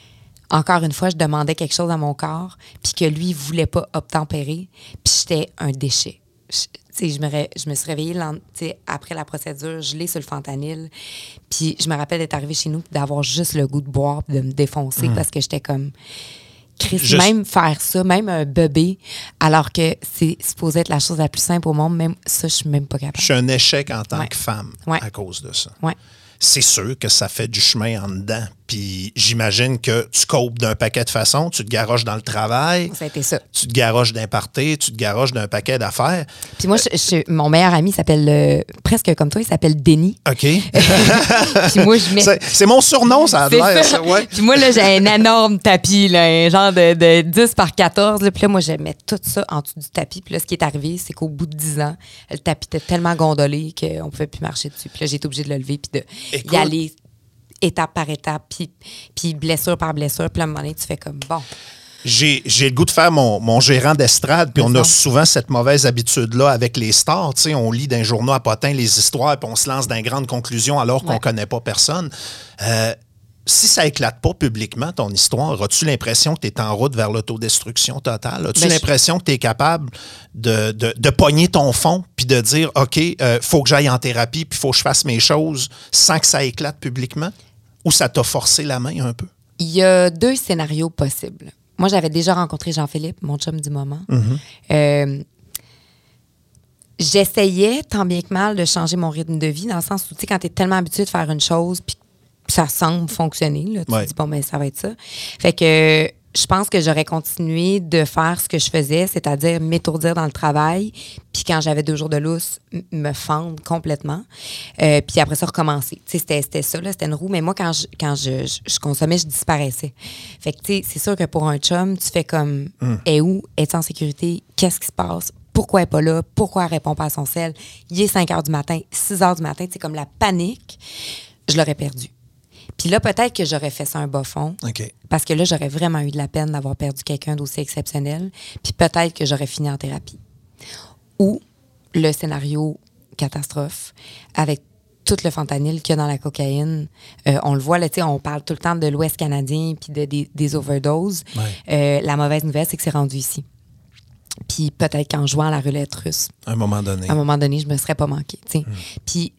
encore une fois, je demandais quelque chose à mon corps, puis que lui, il voulait pas obtempérer, puis j'étais un déchet. Je, je, me, ré, je me suis réveillée après la procédure, gelée sur le fentanyl, puis je me rappelle d'être arrivée chez nous et d'avoir juste le goût de boire et de me défoncer mmh. parce que j'étais comme... Chris, Juste... même faire ça, même un bébé, alors que c'est supposé être la chose la plus simple au monde, même ça, je suis même pas capable. Je suis un échec en tant ouais. que femme ouais. à cause de ça. Ouais. C'est sûr que ça fait du chemin en dedans. Puis j'imagine que tu copes d'un paquet de façons, tu te garoches dans le travail. Ça a été ça. Tu te garoches d'un party, tu te garoches d'un paquet d'affaires. Puis moi, je, je, mon meilleur ami s'appelle, euh, presque comme toi, il s'appelle Denis. OK. Puis moi, je mets... C'est, c'est mon surnom, ça a l'air. Ça. Ouais. Puis moi, là, j'ai un énorme tapis, là, un genre de, de dix par quatorze. Là. Puis là, moi, je mets tout ça en dessous du tapis. Puis là, ce qui est arrivé, c'est qu'au bout de dix ans, le tapis était tellement gondolé qu'on ne pouvait plus marcher dessus. Puis là, j'ai été obligée de le lever puis de Écoute, y aller étape par étape, puis, puis blessure par blessure. Puis à un moment donné, tu fais comme, bon... J'ai, j'ai le goût de faire mon, mon gérant d'estrade, puis on a souvent cette mauvaise habitude-là avec les stars. Tu sais, on lit d'un journaux à potins les histoires, puis on se lance dans grandes conclusions alors qu'on ne ouais. connaît pas personne. Euh, si ça éclate pas publiquement, ton histoire, as-tu l'impression que tu es en route vers l'autodestruction totale? As-tu ben l'impression je... que tu es capable de, de, de pogner ton fond puis de dire, OK, il euh, faut que j'aille en thérapie puis il faut que je fasse mes choses sans que ça éclate publiquement? Ou ça t'a forcé la main un peu? Il y a deux scénarios possibles. Moi, j'avais déjà rencontré Jean-Philippe, mon chum du moment. Mm-hmm. Euh, j'essayais, tant bien que mal, de changer mon rythme de vie, dans le sens où, tu sais, quand tu es tellement habitué de faire une chose, puis ça semble fonctionner, là, tu ouais. te dis, bon, ben ça va être ça. Fait que je pense que j'aurais continué de faire ce que je faisais, c'est-à-dire m'étourdir dans le travail, puis quand j'avais deux jours de lousse, m- me fendre complètement, euh, puis après ça, recommencer. Tu sais, c'était, c'était ça, là, c'était une roue, mais moi, quand je, quand je, je, je consommais, je disparaissais. Fait que, tu sais, c'est sûr que pour un chum, tu fais comme, mm. est où? Est-tu en sécurité? Qu'est-ce qui se passe? Pourquoi elle n'est pas là? Pourquoi elle ne répond pas à son cell? Il est cinq heures du matin, six heures du matin, tu sais, comme la panique, je l'aurais perdu. Puis là, peut-être que j'aurais fait ça un bas fond. Okay. Parce que là, j'aurais vraiment eu de la peine d'avoir perdu quelqu'un d'aussi exceptionnel. Puis peut-être que j'aurais fini en thérapie. Ou le scénario catastrophe, avec tout le fentanyl qu'il y a dans la cocaïne. Euh, on le voit, là, on parle tout le temps de l'Ouest canadien puis de, des, des overdoses. Ouais. Euh, la mauvaise nouvelle, c'est que c'est rendu ici. Puis peut-être qu'en jouant à la roulette russe. À un moment donné. À un moment donné, je me serais pas manqué. Hum. Puis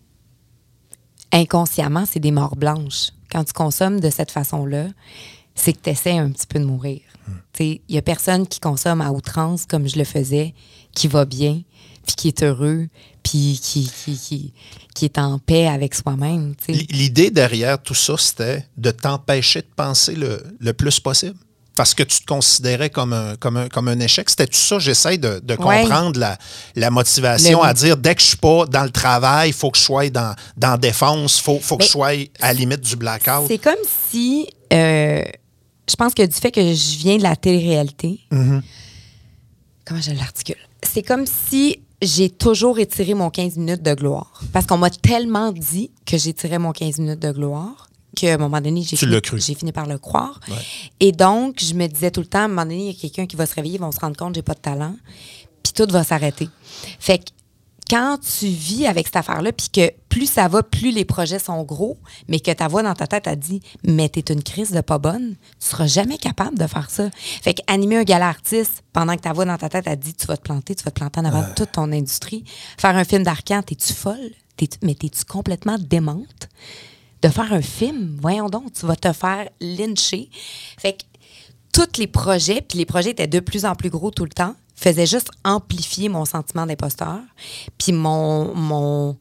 inconsciemment, c'est des morts blanches. Quand tu consommes de cette façon-là, c'est que tu essaies un petit peu de mourir. Il n'y a personne qui consomme à outrance comme je le faisais, qui va bien, puis qui est heureux, puis qui, qui, qui, qui est en paix avec soi-même. T'sais. L'idée derrière tout ça, c'était de t'empêcher de penser le, le plus possible? Parce que tu te considérais comme un, comme un, comme un échec. C'était tout ça, j'essaie de, de comprendre ouais. la, la motivation le... à dire, dès que je suis pas dans le travail, il faut que je sois dans, dans la défense, il faut, faut que je sois à la limite du blackout. C'est comme si, euh, je pense que du fait que je viens de la télé-réalité, mm-hmm. comment je l'articule? C'est comme si j'ai toujours étiré mon quinze minutes de gloire. Parce qu'on m'a tellement dit que j'étirais mon quinze minutes de gloire qu'à un moment donné, j'ai fini, j'ai fini par le croire. Ouais. Et donc, je me disais tout le temps, à un moment donné, il y a quelqu'un qui va se réveiller, ils vont se rendre compte que j'ai pas de talent, puis tout va s'arrêter. Fait que quand tu vis avec cette affaire-là, puis que plus ça va, plus les projets sont gros, mais que ta voix dans ta tête a dit « Mais t'es une crise de pas bonne, tu seras jamais capable de faire ça. » Fait qu'animer un gala artiste, pendant que ta voix dans ta tête a dit « Tu vas te planter, tu vas te planter en avant de euh. toute ton industrie. » Faire un film d'Arcan, t'es-tu folle? T'es-tu, mais t'es-tu complètement démente? De faire un film, voyons donc, tu vas te faire lyncher. Fait que tous les projets, puis les projets étaient de plus en plus gros tout le temps, faisaient juste amplifier mon sentiment d'imposteur, puis mon, mon,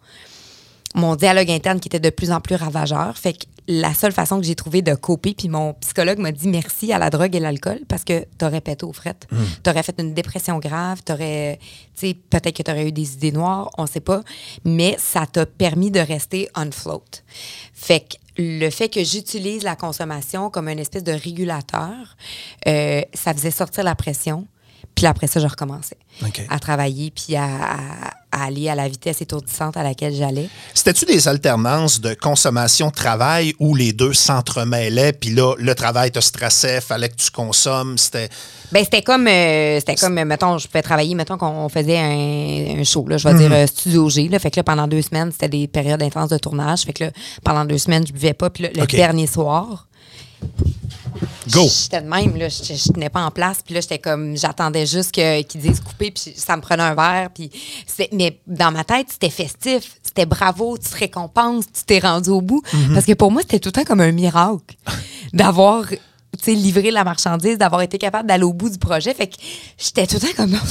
mon dialogue interne qui était de plus en plus ravageur. Fait que la seule façon que j'ai trouvé de coper, puis mon psychologue m'a dit merci à la drogue et l'alcool parce que t'aurais pété aux frettes. Mmh. T'aurais fait une dépression grave, t'aurais, tu sais, peut-être que t'aurais eu des idées noires, on sait pas, mais ça t'a permis de rester on float. Fait que le fait que j'utilise la consommation comme une espèce de régulateur, euh, ça faisait sortir la pression. Puis après ça, je recommençais okay. à travailler puis à, à, à aller à la vitesse étourdissante à laquelle j'allais. C'était-tu des alternances de consommation-travail où les deux s'entremêlaient, puis là, le travail te stressait, fallait que tu consommes, c'était... Bien, c'était comme, euh, c'était comme, mettons, je pouvais travailler, mettons qu'on faisait un, un show, là, je vais mm-hmm. dire euh, Studio G, là, fait que là, pendant deux semaines, c'était des périodes intenses de tournage, fait que là, pendant deux semaines, je buvais pas, puis là, le okay. dernier soir... Go! J'étais de même, là, je, je tenais pas en place, puis là, j'étais comme, j'attendais juste que, qu'ils disent couper, puis ça me prenait un verre, puis c'est, mais dans ma tête, c'était festif, c'était bravo, tu te récompenses, tu t'es rendu au bout, mm-hmm. parce que pour moi, c'était tout le temps comme un miracle d'avoir, tu sais, livré la marchandise, d'avoir été capable d'aller au bout du projet, fait que j'étais tout le temps comme,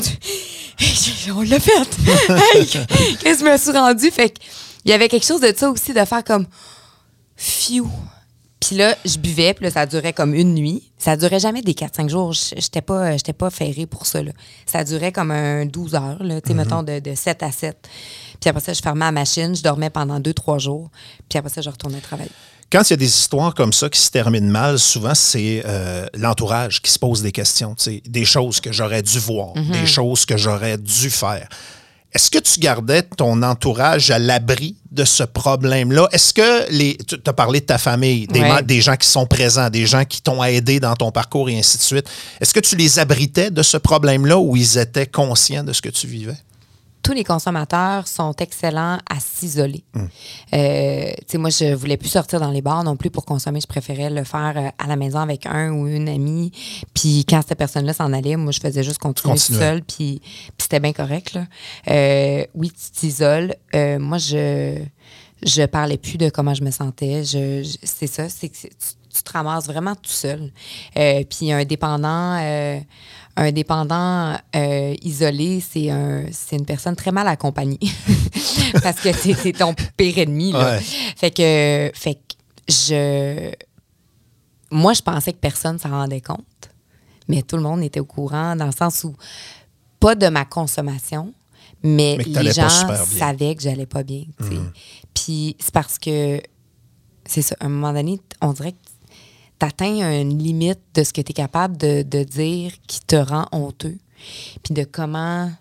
on l'a fait! Hey, qu'est-ce que je me suis rendue? Fait que il y avait quelque chose de ça aussi, de faire comme, phew! Puis là, je buvais, puis là, ça durait comme une nuit. Ça durait jamais des quatre cinq jours. J'étais pas, j'étais pas ferrée pour ça, là. Ça durait comme un douze heures, là, tu sais, mm-hmm. mettons, de, de sept à sept. Puis après ça, je fermais la machine, je dormais pendant deux trois jours. Puis après ça, je retournais travailler. Quand il y a des histoires comme ça qui se terminent mal, souvent, c'est euh, l'entourage qui se pose des questions. T'sais, des choses que j'aurais dû voir, mm-hmm. des choses que j'aurais dû faire. Est-ce que tu gardais ton entourage à l'abri de ce problème-là? Est-ce que les. Tu as parlé de ta famille, des, ouais. des gens qui sont présents, des gens qui t'ont aidé dans ton parcours et ainsi de suite. Est-ce que tu les abritais de ce problème-là ou ils étaient conscients de ce que tu vivais? Tous les consommateurs sont excellents à s'isoler. Mm. Euh, tu sais, moi, je voulais plus sortir dans les bars non plus pour consommer. Je préférais le faire à la maison avec un ou une amie. Puis quand cette personne-là s'en allait, moi, je faisais juste continuer tout seul. Puis, puis c'était bien correct, là. Euh, oui, tu t'isoles. Euh, moi, je je parlais plus de comment je me sentais. Je, je c'est ça, c'est que tu, tu te ramasses vraiment tout seul. Euh, puis un dépendant... Euh, Un dépendant euh, isolé, c'est un, c'est une personne très mal accompagnée. Parce que c'est, c'est ton pire ennemi. Là. Ouais. Fait que, fait que je... Moi, je pensais que personne ne s'en rendait compte. Mais tout le monde était au courant, dans le sens où, pas de ma consommation, mais, mais les gens savaient que j'allais pas bien. Mm. Puis c'est parce que, c'est ça, à un moment donné, on dirait que t'atteins une limite de ce que tu es capable de, de dire qui te rend honteux. Puis de comment...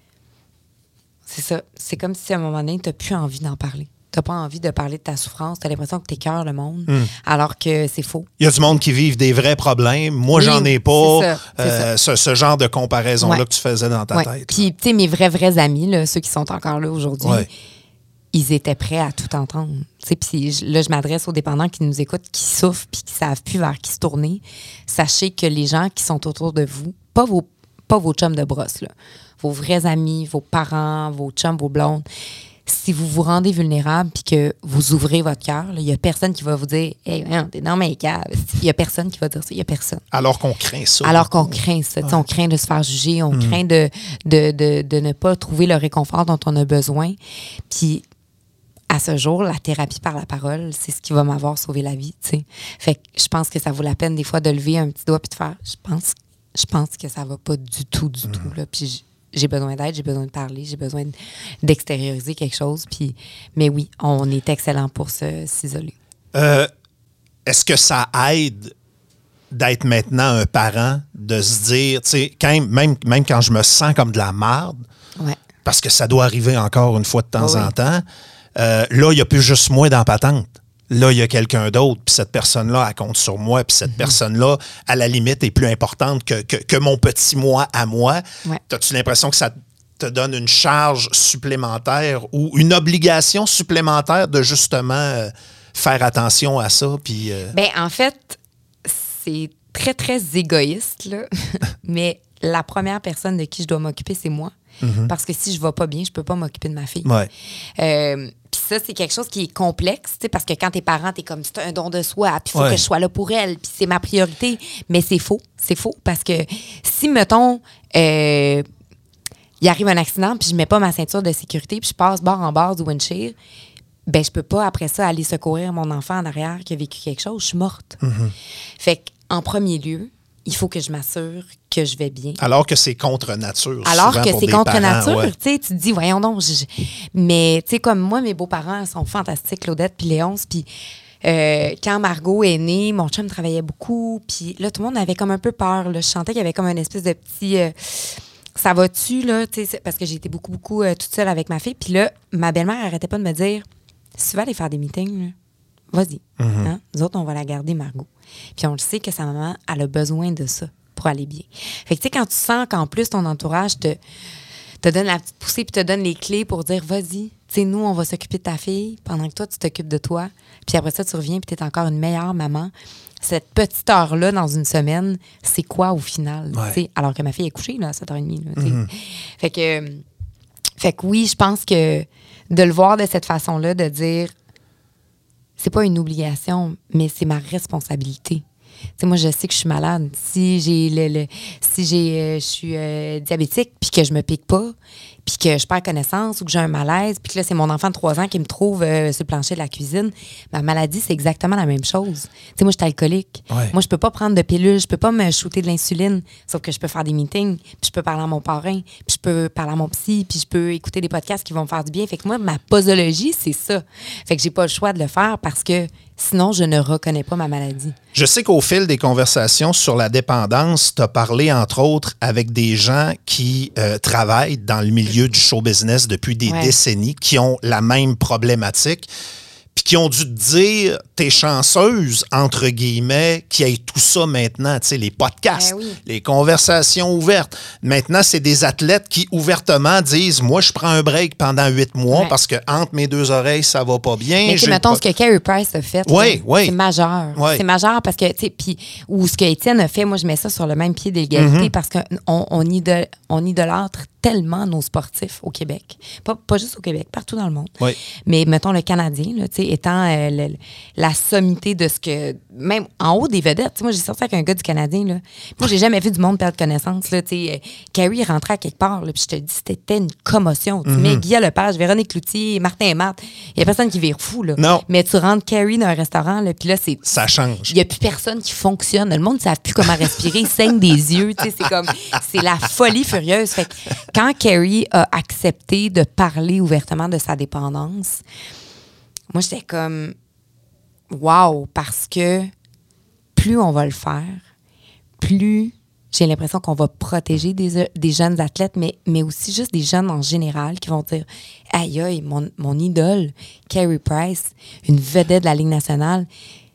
C'est ça. C'est comme si à un moment donné, tu n'as plus envie d'en parler. Tu n'as pas envie de parler de ta souffrance. Tu as l'impression que tu écœures le monde, mm. alors que c'est faux. Il y a du monde qui vit des vrais problèmes. Moi, oui, j'en ai pas. C'est ça, c'est euh, ça. Ce, ce genre de comparaison-là ouais. que tu faisais dans ta ouais. tête. Puis, tu sais, mes vrais, vrais amis, là, ceux qui sont encore là aujourd'hui, ouais. ils étaient prêts à tout entendre. Puis là, je m'adresse aux dépendants qui nous écoutent, qui souffrent puis qui ne savent plus vers qui se tourner. Sachez que les gens qui sont autour de vous, pas vos, pas vos chums de brosse, là, vos vrais amis, vos parents, vos chums, vos blondes, si vous vous rendez vulnérable puis que vous ouvrez votre cœur, il n'y a personne qui va vous dire « Hey, t'es dans mes caves. » Il n'y a personne qui va dire ça. Il n'y a personne. Alors qu'on craint ça. Alors qu'on craint ça. Ouais. On craint de se faire juger. On mmh. craint de, de, de, de ne pas trouver le réconfort dont on a besoin. Puis à ce jour, la thérapie par la parole, c'est ce qui va m'avoir sauvé la vie, tu sais. Fait que je pense que ça vaut la peine des fois de lever un petit doigt puis de faire, je pense, je pense que ça va pas du tout, du mmh. tout, là. Puis j'ai besoin d'aide, j'ai besoin de parler, j'ai besoin d'extérioriser quelque chose. Puis, mais oui, on est excellent pour se, s'isoler. Euh, est-ce que ça aide d'être maintenant un parent, de se dire, tu sais, quand même, même quand je me sens comme de la marde, ouais. parce que ça doit arriver encore une fois de temps oui. en temps, Euh, là, il n'y a plus juste moi dans la patente. Là, il y a quelqu'un d'autre, puis cette personne-là, elle compte sur moi, puis cette mm-hmm. personne-là, à la limite, est plus importante que, que, que mon petit moi à moi. Ouais. As-tu l'impression que ça te donne une charge supplémentaire ou une obligation supplémentaire de justement euh, faire attention à ça? Puis, euh... Bien, en fait, c'est très, très égoïste, là. Mais la première personne de qui je dois m'occuper, c'est moi. Mm-hmm. Parce que si je ne vais pas bien, je ne peux pas m'occuper de ma fille. Ouais. Euh, puis ça, c'est quelque chose qui est complexe, parce que quand t'es parent, t'es comme, c'est un don de soi, puis il faut ouais. que je sois là pour elle, puis c'est ma priorité. Mais c'est faux, c'est faux, parce que si, mettons, euh, il arrive un accident, puis je mets pas ma ceinture de sécurité, puis je passe bord en bord du windshield, ben je peux pas, après ça, aller secourir mon enfant en arrière qui a vécu quelque chose, je suis morte. Mm-hmm. Fait qu'en premier lieu, il faut que je m'assure que je vais bien. Alors que c'est contre nature. Alors que pour c'est contre parents, nature. Ouais. Tu te dis, voyons donc. Je, je... Mais tu sais, comme moi, mes beaux-parents sont fantastiques, Claudette puis Léonce. Puis euh, quand Margot est née, mon chum travaillait beaucoup. Puis là, tout le monde avait comme un peu peur. Là. Je sentais qu'il y avait comme une espèce de petit... Euh, ça va-tu, là? Parce que j'ai été beaucoup, beaucoup euh, toute seule avec ma fille. Puis là, ma belle-mère arrêtait pas de me dire, si tu vas aller faire des meetings, là, vas-y. Mm-hmm. Hein? Nous autres, on va la garder, Margot. Puis on le sait que sa maman, elle a besoin de ça pour aller bien. Fait que tu sais, quand tu sens qu'en plus, ton entourage te, te donne la petite poussée puis te donne les clés pour dire, vas-y, tu sais, nous, on va s'occuper de ta fille pendant que toi, tu t'occupes de toi. Puis après ça, tu reviens puis tu es encore une meilleure maman. Cette petite heure-là dans une semaine, c'est quoi au final? Ouais. Alors que ma fille est couchée là, à sept heures trente. Là, mm-hmm. Fait que, fait que oui, je pense que de le voir de cette façon-là, de dire, c'est pas une obligation, mais c'est ma responsabilité. T'sais, moi, je sais que je suis malade. Si j'ai le, le si j'ai euh, je suis euh, diabétique puis que je me pique pas, puis que je perds connaissance ou que j'ai un malaise, puis que là, c'est mon enfant de trois ans qui me trouve euh, sur le plancher de la cuisine, ma maladie, c'est exactement la même chose. T'sais, moi, je suis alcoolique. Ouais. Moi, je peux pas prendre de pilules, je peux pas me shooter de l'insuline, sauf que je peux faire des meetings, puis je peux parler à mon parrain, puis je peux parler à mon psy, puis je peux écouter des podcasts qui vont me faire du bien. Fait que moi, ma posologie, c'est ça. Fait que j'ai pas le choix de le faire parce que sinon, je ne reconnais pas ma maladie. Je sais qu'au fil des conversations sur la dépendance, tu as parlé, entre autres, avec des gens qui euh, travaillent dans le milieu du show business depuis des ouais. décennies, qui ont la même problématique, puis qui ont dû te dire, t'es chanceuse, entre guillemets, qu'il y ait tout ça maintenant, tu sais, les podcasts, ben oui. les conversations ouvertes. Maintenant, c'est des athlètes qui, ouvertement, disent, moi, je prends un break pendant huit mois ouais. parce que entre mes deux oreilles, ça va pas bien. Mais c'est, mettons, pas... ce que Carey Price a fait, oui, oui. c'est majeur. Oui. C'est majeur parce que, tu sais, puis, ou ce que Étienne a fait, moi, je mets ça sur le même pied d'égalité mm-hmm. parce qu'on on idol, on idolâtre tellement nos sportifs au Québec. Pas, pas juste au Québec, partout dans le monde. Oui. Mais mettons le Canadien, là, étant euh, le, la sommité de ce que... Même en haut des vedettes. Moi, j'ai sorti avec un gars du Canadien. Là. Moi, j'ai jamais vu du monde perdre connaissance. Là, euh, Carey rentrait à quelque part, puis je te dis, c'était une commotion. Mm-hmm. Tu mets Guy Lepage, Véronique Cloutier, Martin et Matt. Il n'y a personne qui vire fou. Là. Non. Mais tu rentres Carey dans un restaurant, puis là, c'est... Ça change. Il n'y a plus personne qui fonctionne. Le monde ne sait plus comment respirer. Il saigne des yeux. C'est comme... C'est la folie furieuse. Fait que quand Carey a accepté de parler ouvertement de sa dépendance, moi, j'étais comme « wow », parce que plus on va le faire, plus j'ai l'impression qu'on va protéger des, des jeunes athlètes, mais, mais aussi juste des jeunes en général qui vont dire « aïe, aïe, mon, mon idole, Carey Price, une vedette de la Ligue nationale,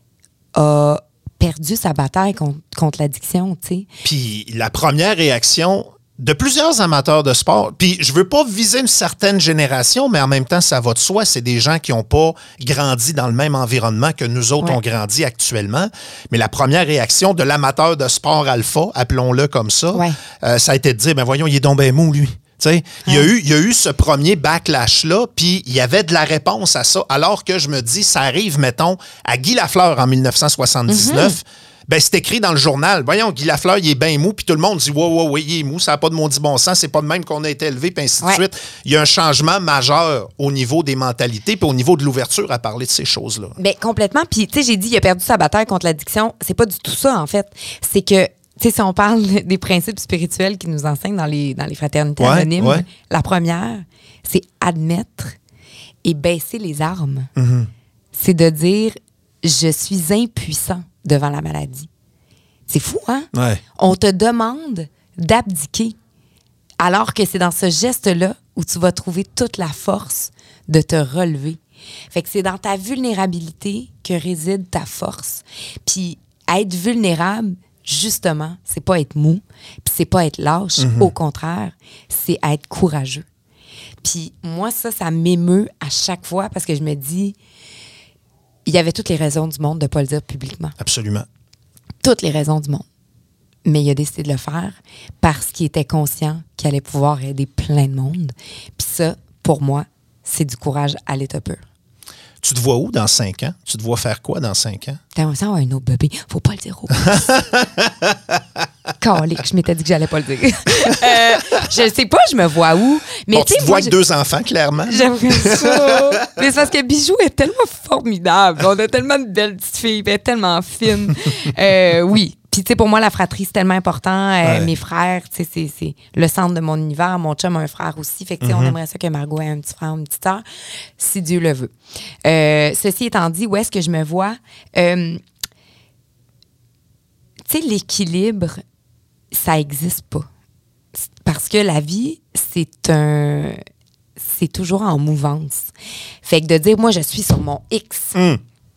a perdu sa bataille contre, contre l'addiction, tu sais. » Puis la première réaction de plusieurs amateurs de sport, puis je veux pas viser une certaine génération, mais en même temps, ça va de soi. C'est des gens qui n'ont pas grandi dans le même environnement que nous autres ouais. on grandit actuellement. Mais la première réaction de l'amateur de sport alpha, appelons-le comme ça, ouais. euh, ça a été de dire, ben voyons, il est donc ben mou, lui. Ouais. Il, y a eu, il y a eu ce premier backlash-là, puis il y avait de la réponse à ça, alors que je me dis, ça arrive, mettons, à Guy Lafleur en dix-neuf cent soixante-dix-neuf, mm-hmm. Ben, c'est écrit dans le journal. Voyons, Guy Lafleur, il est bien mou, puis tout le monde dit, ouais, ouais, ouais, il est mou, ça n'a pas de maudit bon sens, c'est pas de même qu'on a été élevé, puis ainsi ouais. de suite. Il y a un changement majeur au niveau des mentalités, puis au niveau de l'ouverture à parler de ces choses-là. Bien, complètement. Puis, tu sais, j'ai dit, il a perdu sa bataille contre l'addiction. C'est pas du tout ça, en fait. C'est que, tu sais, si on parle des principes spirituels qui nous enseignent dans les, dans les fraternités ouais, anonymes, ouais. la première, c'est admettre et baisser les armes. Mm-hmm. C'est de dire, je suis impuissant devant la maladie. C'est fou, hein? Ouais. On te demande d'abdiquer, alors que c'est dans ce geste-là où tu vas trouver toute la force de te relever. Fait que c'est dans ta vulnérabilité que réside ta force. Puis être vulnérable, justement, c'est pas être mou, puis c'est pas être lâche. Mm-hmm. Au contraire, c'est être courageux. Puis moi, ça, ça m'émeut à chaque fois parce que je me dis... Il y avait toutes les raisons du monde de ne pas le dire publiquement. Absolument. Toutes les raisons du monde. Mais il a décidé de le faire parce qu'il était conscient qu'il allait pouvoir aider plein de monde. Puis ça, pour moi, c'est du courage à l'état pur. Tu te vois où dans cinq ans? Tu te vois faire quoi dans cinq ans? T'as l'impression d'avoir un autre bébé. Faut pas le dire au Calique, je m'étais dit que j'allais pas le dire. euh, je sais pas, je me vois où. Mais bon, tu te vois avec deux enfants, clairement. J'aimerais ça. Mais c'est parce que Bijou est tellement formidable. On a tellement de belles petites filles. Elle est tellement fine. Euh, oui. Puis, tu sais, pour moi, la fratrie, c'est tellement important. Euh, ouais. Mes frères, tu sais, c'est, c'est le centre de mon univers. Mon chum a un frère aussi. Fait que, tu sais, mm-hmm. on aimerait ça que Margot ait un petit frère ou une petite sœur, si Dieu le veut. Euh, ceci étant dit, où est-ce que je me vois? Euh, tu sais, l'équilibre, ça n'existe pas. Parce que la vie, c'est un... C'est toujours en mouvance. Fait que de dire, moi, je suis sur mon X... Mm.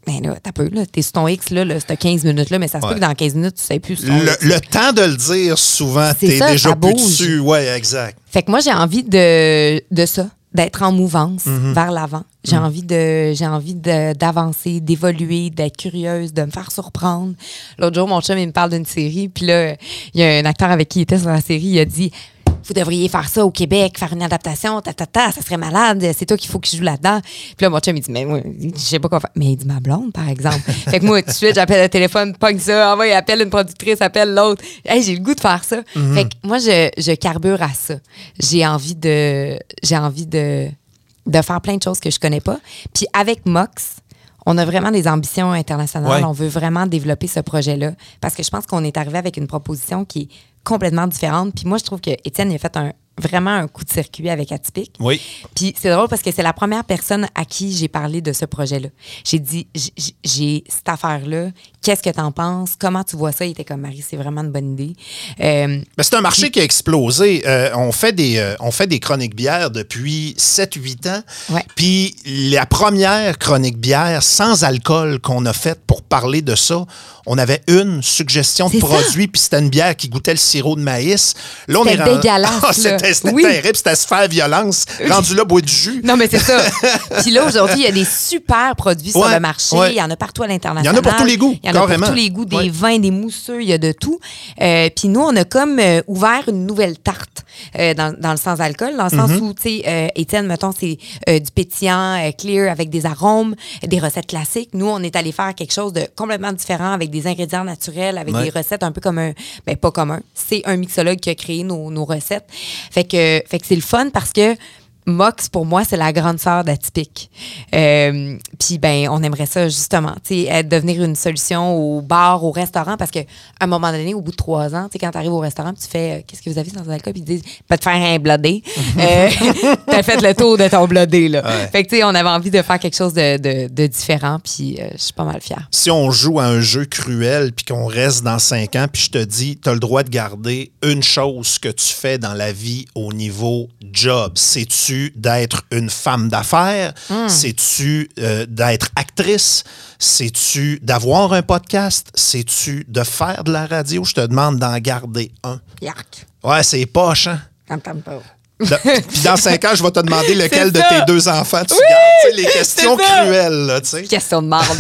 Ben là, t'as peu, là. T'es sur ton X, là, là c'est quinze minutes, là, mais ça se Ouais. peut que dans quinze minutes, tu sais plus sur ton Le, X. le temps de le dire, souvent, C'est t'es ça, déjà ça plus bouge. dessus. Oui, exact. Fait que moi, j'ai envie de, de ça, d'être en mouvance Mm-hmm. vers l'avant. J'ai envie de j'ai envie de- d'avancer, d'évoluer, d'être curieuse, de me faire surprendre. L'autre jour, mon chum, il me parle d'une série, puis là, il y a un acteur avec qui il était sur la série, il a dit « Vous devriez faire ça au Québec, faire une adaptation, ta, ta, ta, ça serait malade, c'est toi qu'il faut qu'il joue là-dedans. » Puis là, mon chum, il dit « Mais moi, je sais pas quoi faire. » Mais il dit « Ma blonde, par exemple. » Fait que moi, tout de suite, j'appelle le téléphone, pogne ça, envoie, il appelle une productrice, appelle l'autre. Hey, j'ai le goût de faire ça. Fait que moi, je, je carbure à ça. J'ai envie de... J'ai envie de... de faire plein de choses que je connais pas. Puis avec Mox, on a vraiment des ambitions internationales. Ouais. On veut vraiment développer ce projet-là parce que je pense qu'on est arrivé avec une proposition qui est complètement différente. Puis moi, je trouve que Étienne il a fait un, vraiment un coup de circuit avec Atypique. Oui. Puis c'est drôle parce que c'est la première personne à qui j'ai parlé de ce projet-là. J'ai dit, j- j- j'ai cette affaire-là, qu'est-ce que t'en penses? Comment tu vois ça? Il était comme, Marie, c'est vraiment une bonne idée. Euh, Mais c'est un marché qui a explosé. Euh, on, fait des, euh, on fait des chroniques bières depuis sept huit ans. Ouais. Puis la première chronique bière sans alcool qu'on a faite pour parler de ça, on avait une suggestion de C'est ça. produit, puis c'était une bière qui goûtait le sirop de maïs. Là, on C'était est rendu- dégueulasse, Ah, là. c'était c'était Oui. terrible, c'était à se faire violence. Rendu là, boire du jus. Non, mais c'est ça. Puis là, aujourd'hui, il y a des super produits sur Ouais, le marché. ouais. Il y en a partout à l'international. Il y en a pour tous les goûts, Il y en a carrément. pour tous les goûts, des Ouais. vins, des mousseux, il y a de tout. Euh, Puis nous, on a comme euh, ouvert une nouvelle tarte euh, dans, dans le sans-alcool, dans le sens Mm-hmm. où, tu sais, euh, Étienne, mettons, c'est euh, du pétillant, euh, clear, avec des arômes, des recettes classiques. Nous, on est allé faire quelque chose de complètement différent avec des ingrédients naturels, avec Ouais. des recettes un peu comme un... Ben, pas comme un. C'est un mixologue qui a créé nos, nos recettes. Fait que, fait que c'est le fun parce que Mox, pour moi, c'est la grande sœur d'Atypique. Euh, Puis, ben, on aimerait ça, justement, tu sais, être- devenir une solution au bar, au restaurant, parce qu'à un moment donné, au bout de trois ans, tu sais, quand tu arrives au restaurant, puis tu fais euh, qu'est-ce que vous avez sans alcool? Puis ils te disent, pas te faire un blodé. euh, T'as fait le tour de ton blodé, là. Ouais. Fait que, tu sais, on avait envie de faire quelque chose de, de, de différent, puis euh, je suis pas mal fière. Si on joue à un jeu cruel puis qu'on reste dans cinq ans, puis je te dis, tu as le droit de garder une chose que tu fais dans la vie au niveau job. C'est-tu d'être une femme d'affaires? C'est-tu euh, d'être actrice? C'est-tu d'avoir un podcast? C'est-tu de faire de la radio? Je te demande d'en garder un. Yark. Ouais, c'est poche, hein? Comme t'aimes pas. De- Puis dans cinq ans, je vais te demander lequel de ça. tes deux enfants tu gardes. Tu sais, les questions c'est ça. cruelles, là, tu sais. Question de marde.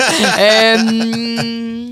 Euh,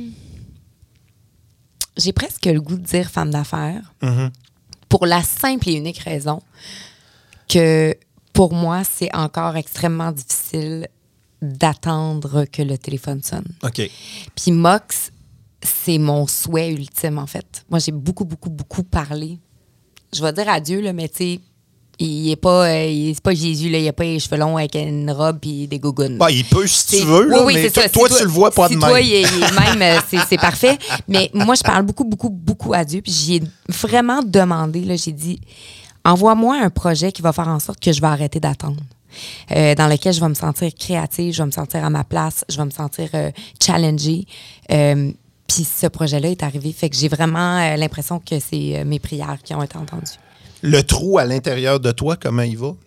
J'ai presque le goût de dire femme d'affaires Mhm. pour la simple et unique raison que pour moi, c'est encore extrêmement difficile d'attendre que le téléphone sonne. OK. Puis Mox, c'est mon souhait ultime, en fait. Moi, j'ai beaucoup, beaucoup, beaucoup parlé. Je vais dire adieu, là, mais tu sais, il est pas, euh, il est- c'est pas Jésus, là, il a pas les cheveux longs avec une robe et des gougounes. Bah, il peut si tu C'est- veux, là, oui, oui, mais c'est toi, ça. toi, Si tu le vois pas si de toi, même. il est, il est même, euh, c'est, c'est parfait. Mais moi, je parle beaucoup, beaucoup, beaucoup à Dieu. Puis j'ai vraiment demandé, là, j'ai dit, envoie-moi un projet qui va faire en sorte que je vais arrêter d'attendre. Euh, dans lequel je vais me sentir créative, je vais me sentir à ma place, je vais me sentir euh, challengée. Euh, Puis ce projet-là est arrivé. Fait que j'ai vraiment euh, l'impression que c'est euh, mes prières qui ont été entendues. Le trou à l'intérieur de toi, comment il va?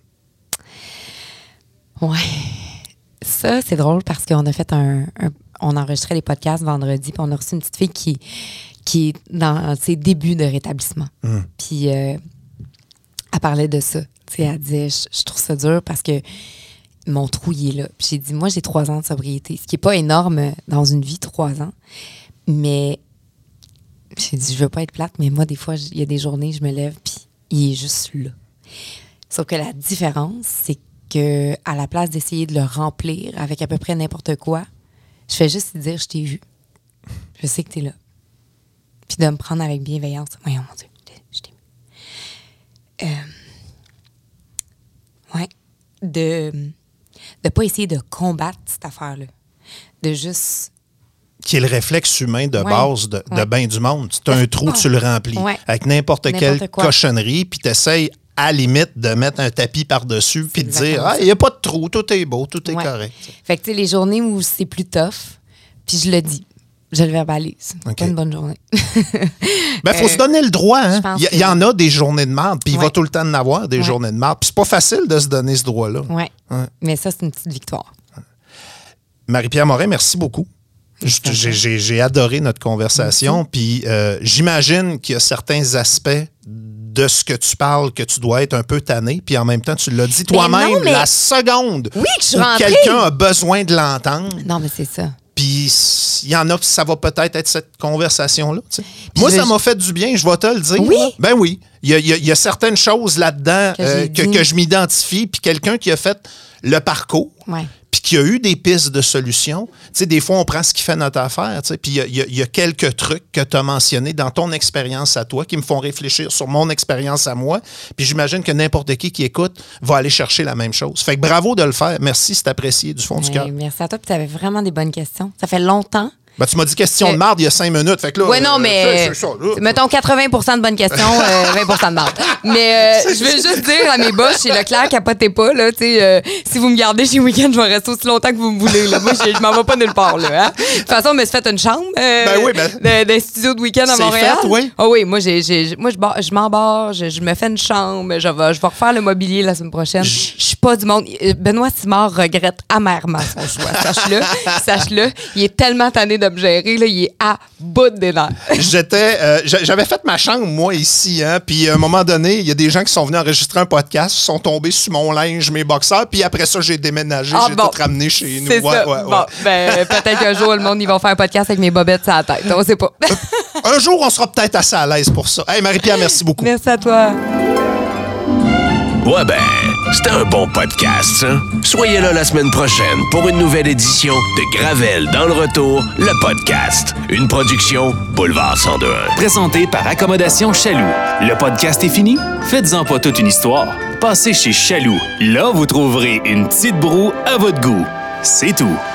Ouais. Ça, c'est drôle parce qu'on a fait un, un- On enregistrait les podcasts vendredi, puis on a reçu une petite fille qui, qui est dans ses débuts de rétablissement. Mm. Puis euh, elle parlait de ça. Tu sais, elle disait, je, je trouve ça dur parce que mon trou, il est là. Puis j'ai dit, moi, j'ai trois ans de sobriété, ce qui n'est pas énorme dans une vie, trois ans. Mais j'ai dit, je veux pas être plate, mais moi, des fois, j- il y a des journées, je me lève, puis il est juste là. Sauf que la différence, c'est que à la place d'essayer de le remplir avec à peu près n'importe quoi, je fais juste lui dire, je t'ai vu. Je sais que tu es là. Puis de me prendre avec bienveillance. Voyons, mon Dieu, je t'ai- je t'ai vu. Euh, ouais. De ne pas essayer de combattre cette affaire-là. De juste... Qui est le réflexe humain de Ouais. base de, de Ouais. bien du monde. Tu as un trou, tu le remplis. Ouais. Avec n'importe quelle N'importe quoi. cochonnerie, puis tu essaies à la limite de mettre un tapis par-dessus, puis de dire, exactement ah, ça. il n'y a pas de trou, tout est beau, tout est Ouais. correct. Fait que, tu sais, les journées où c'est plus tough, puis je le dis, je le verbalise. OK. Pas une bonne journée. Ben, faut Euh, se donner le droit. Hein? je pense Il y, a- que il y en a des journées de marde, puis il va Ouais. tout le temps en avoir des Ouais. journées de marde. Puis c'est pas facile de se donner ce droit-là. Ouais. Ouais. Mais ça, c'est une petite victoire. Marie-Pierre Morin, merci beaucoup. J'ai, j'ai, j'ai adoré notre conversation. Puis euh, j'imagine qu'il y a certains aspects de ce que tu parles que tu dois être un peu tanné. Puis en même temps, tu l'as dit toi-même, non, mais... la seconde oui, que je où rentrais. quelqu'un a besoin de l'entendre. Non, mais c'est ça. Puis il y en a, ça va peut-être être cette conversation-là. Moi, ça je... m'a fait du bien, je vais te le dire. Oui? Ben oui. Il y a, il y a, il y a certaines choses là-dedans que, euh, que, que je m'identifie. Puis quelqu'un qui a fait le parcours, ouais. puis qui a eu des pistes de solutions. Tu sais, des fois, on prend ce qui fait notre affaire. Tu sais, puis il y, y, y a quelques trucs que tu as mentionnés dans ton expérience à toi qui me font réfléchir sur mon expérience à moi. Puis j'imagine que n'importe qui qui écoute va aller chercher la même chose. Fait que bravo de le faire. Merci, c'est apprécié du fond ouais, du cœur. Merci à toi. Puis tu avais vraiment des bonnes questions. Ça fait longtemps. Ben, tu m'as dit question euh, de marde il y a cinq minutes. Fait que là, oui, non, mais. Euh, c'est, c'est ça, là. Mettons quatre-vingts pour cent de bonnes questions, euh, vingt pour cent de marde. Mais euh, je veux juste dire à mes boss chez Leclerc, capotez pas, là. Tu sais, euh, si vous me gardez chez Week-end, je vais rester aussi longtemps que vous me voulez, là. Moi, je, je m'en vais pas nulle part, là. Hein? De toute façon, je me suis fait une chambre euh, ben oui, ben, d'un studio de Week-end à c'est Montréal. Fait, oui. Oh oui, moi, j'ai, j'ai, moi je, bar, je m'embarque, je, je me fais une chambre, je vais, je vais refaire le mobilier la semaine prochaine. Je suis pas du monde. Benoît Simard regrette amèrement son choix. Sache-le. Sache-le. Il est tellement tanné de me gérer, là. Il est à bout des nerfs. J'étais, euh, j'avais fait ma chambre, moi, ici, hein, puis à un moment donné, il y a des gens qui sont venus enregistrer un podcast, sont tombés sur mon linge, mes boxeurs, puis après ça, j'ai déménagé, ah, j'ai bon. tout ramené chez nous. C'est ouais, ça. ouais, bon, ouais. ben, peut-être qu'un jour, le monde, ils vont faire un podcast avec mes bobettes sur la tête. On sait pas. Un jour, on sera peut-être assez à l'aise pour ça. Hey, Marie-Pierre, merci beaucoup. Merci à toi. Ouais ben, c'était un bon podcast, ça. Soyez là la semaine prochaine pour une nouvelle édition de Gravel dans le retour, le podcast. Une production Boulevard cent deux un. Présenté par Accommodation Chaloux. Le podcast est fini? Faites-en pas toute une histoire. Passez chez Chaloux. Là, vous trouverez une petite broue à votre goût. C'est tout.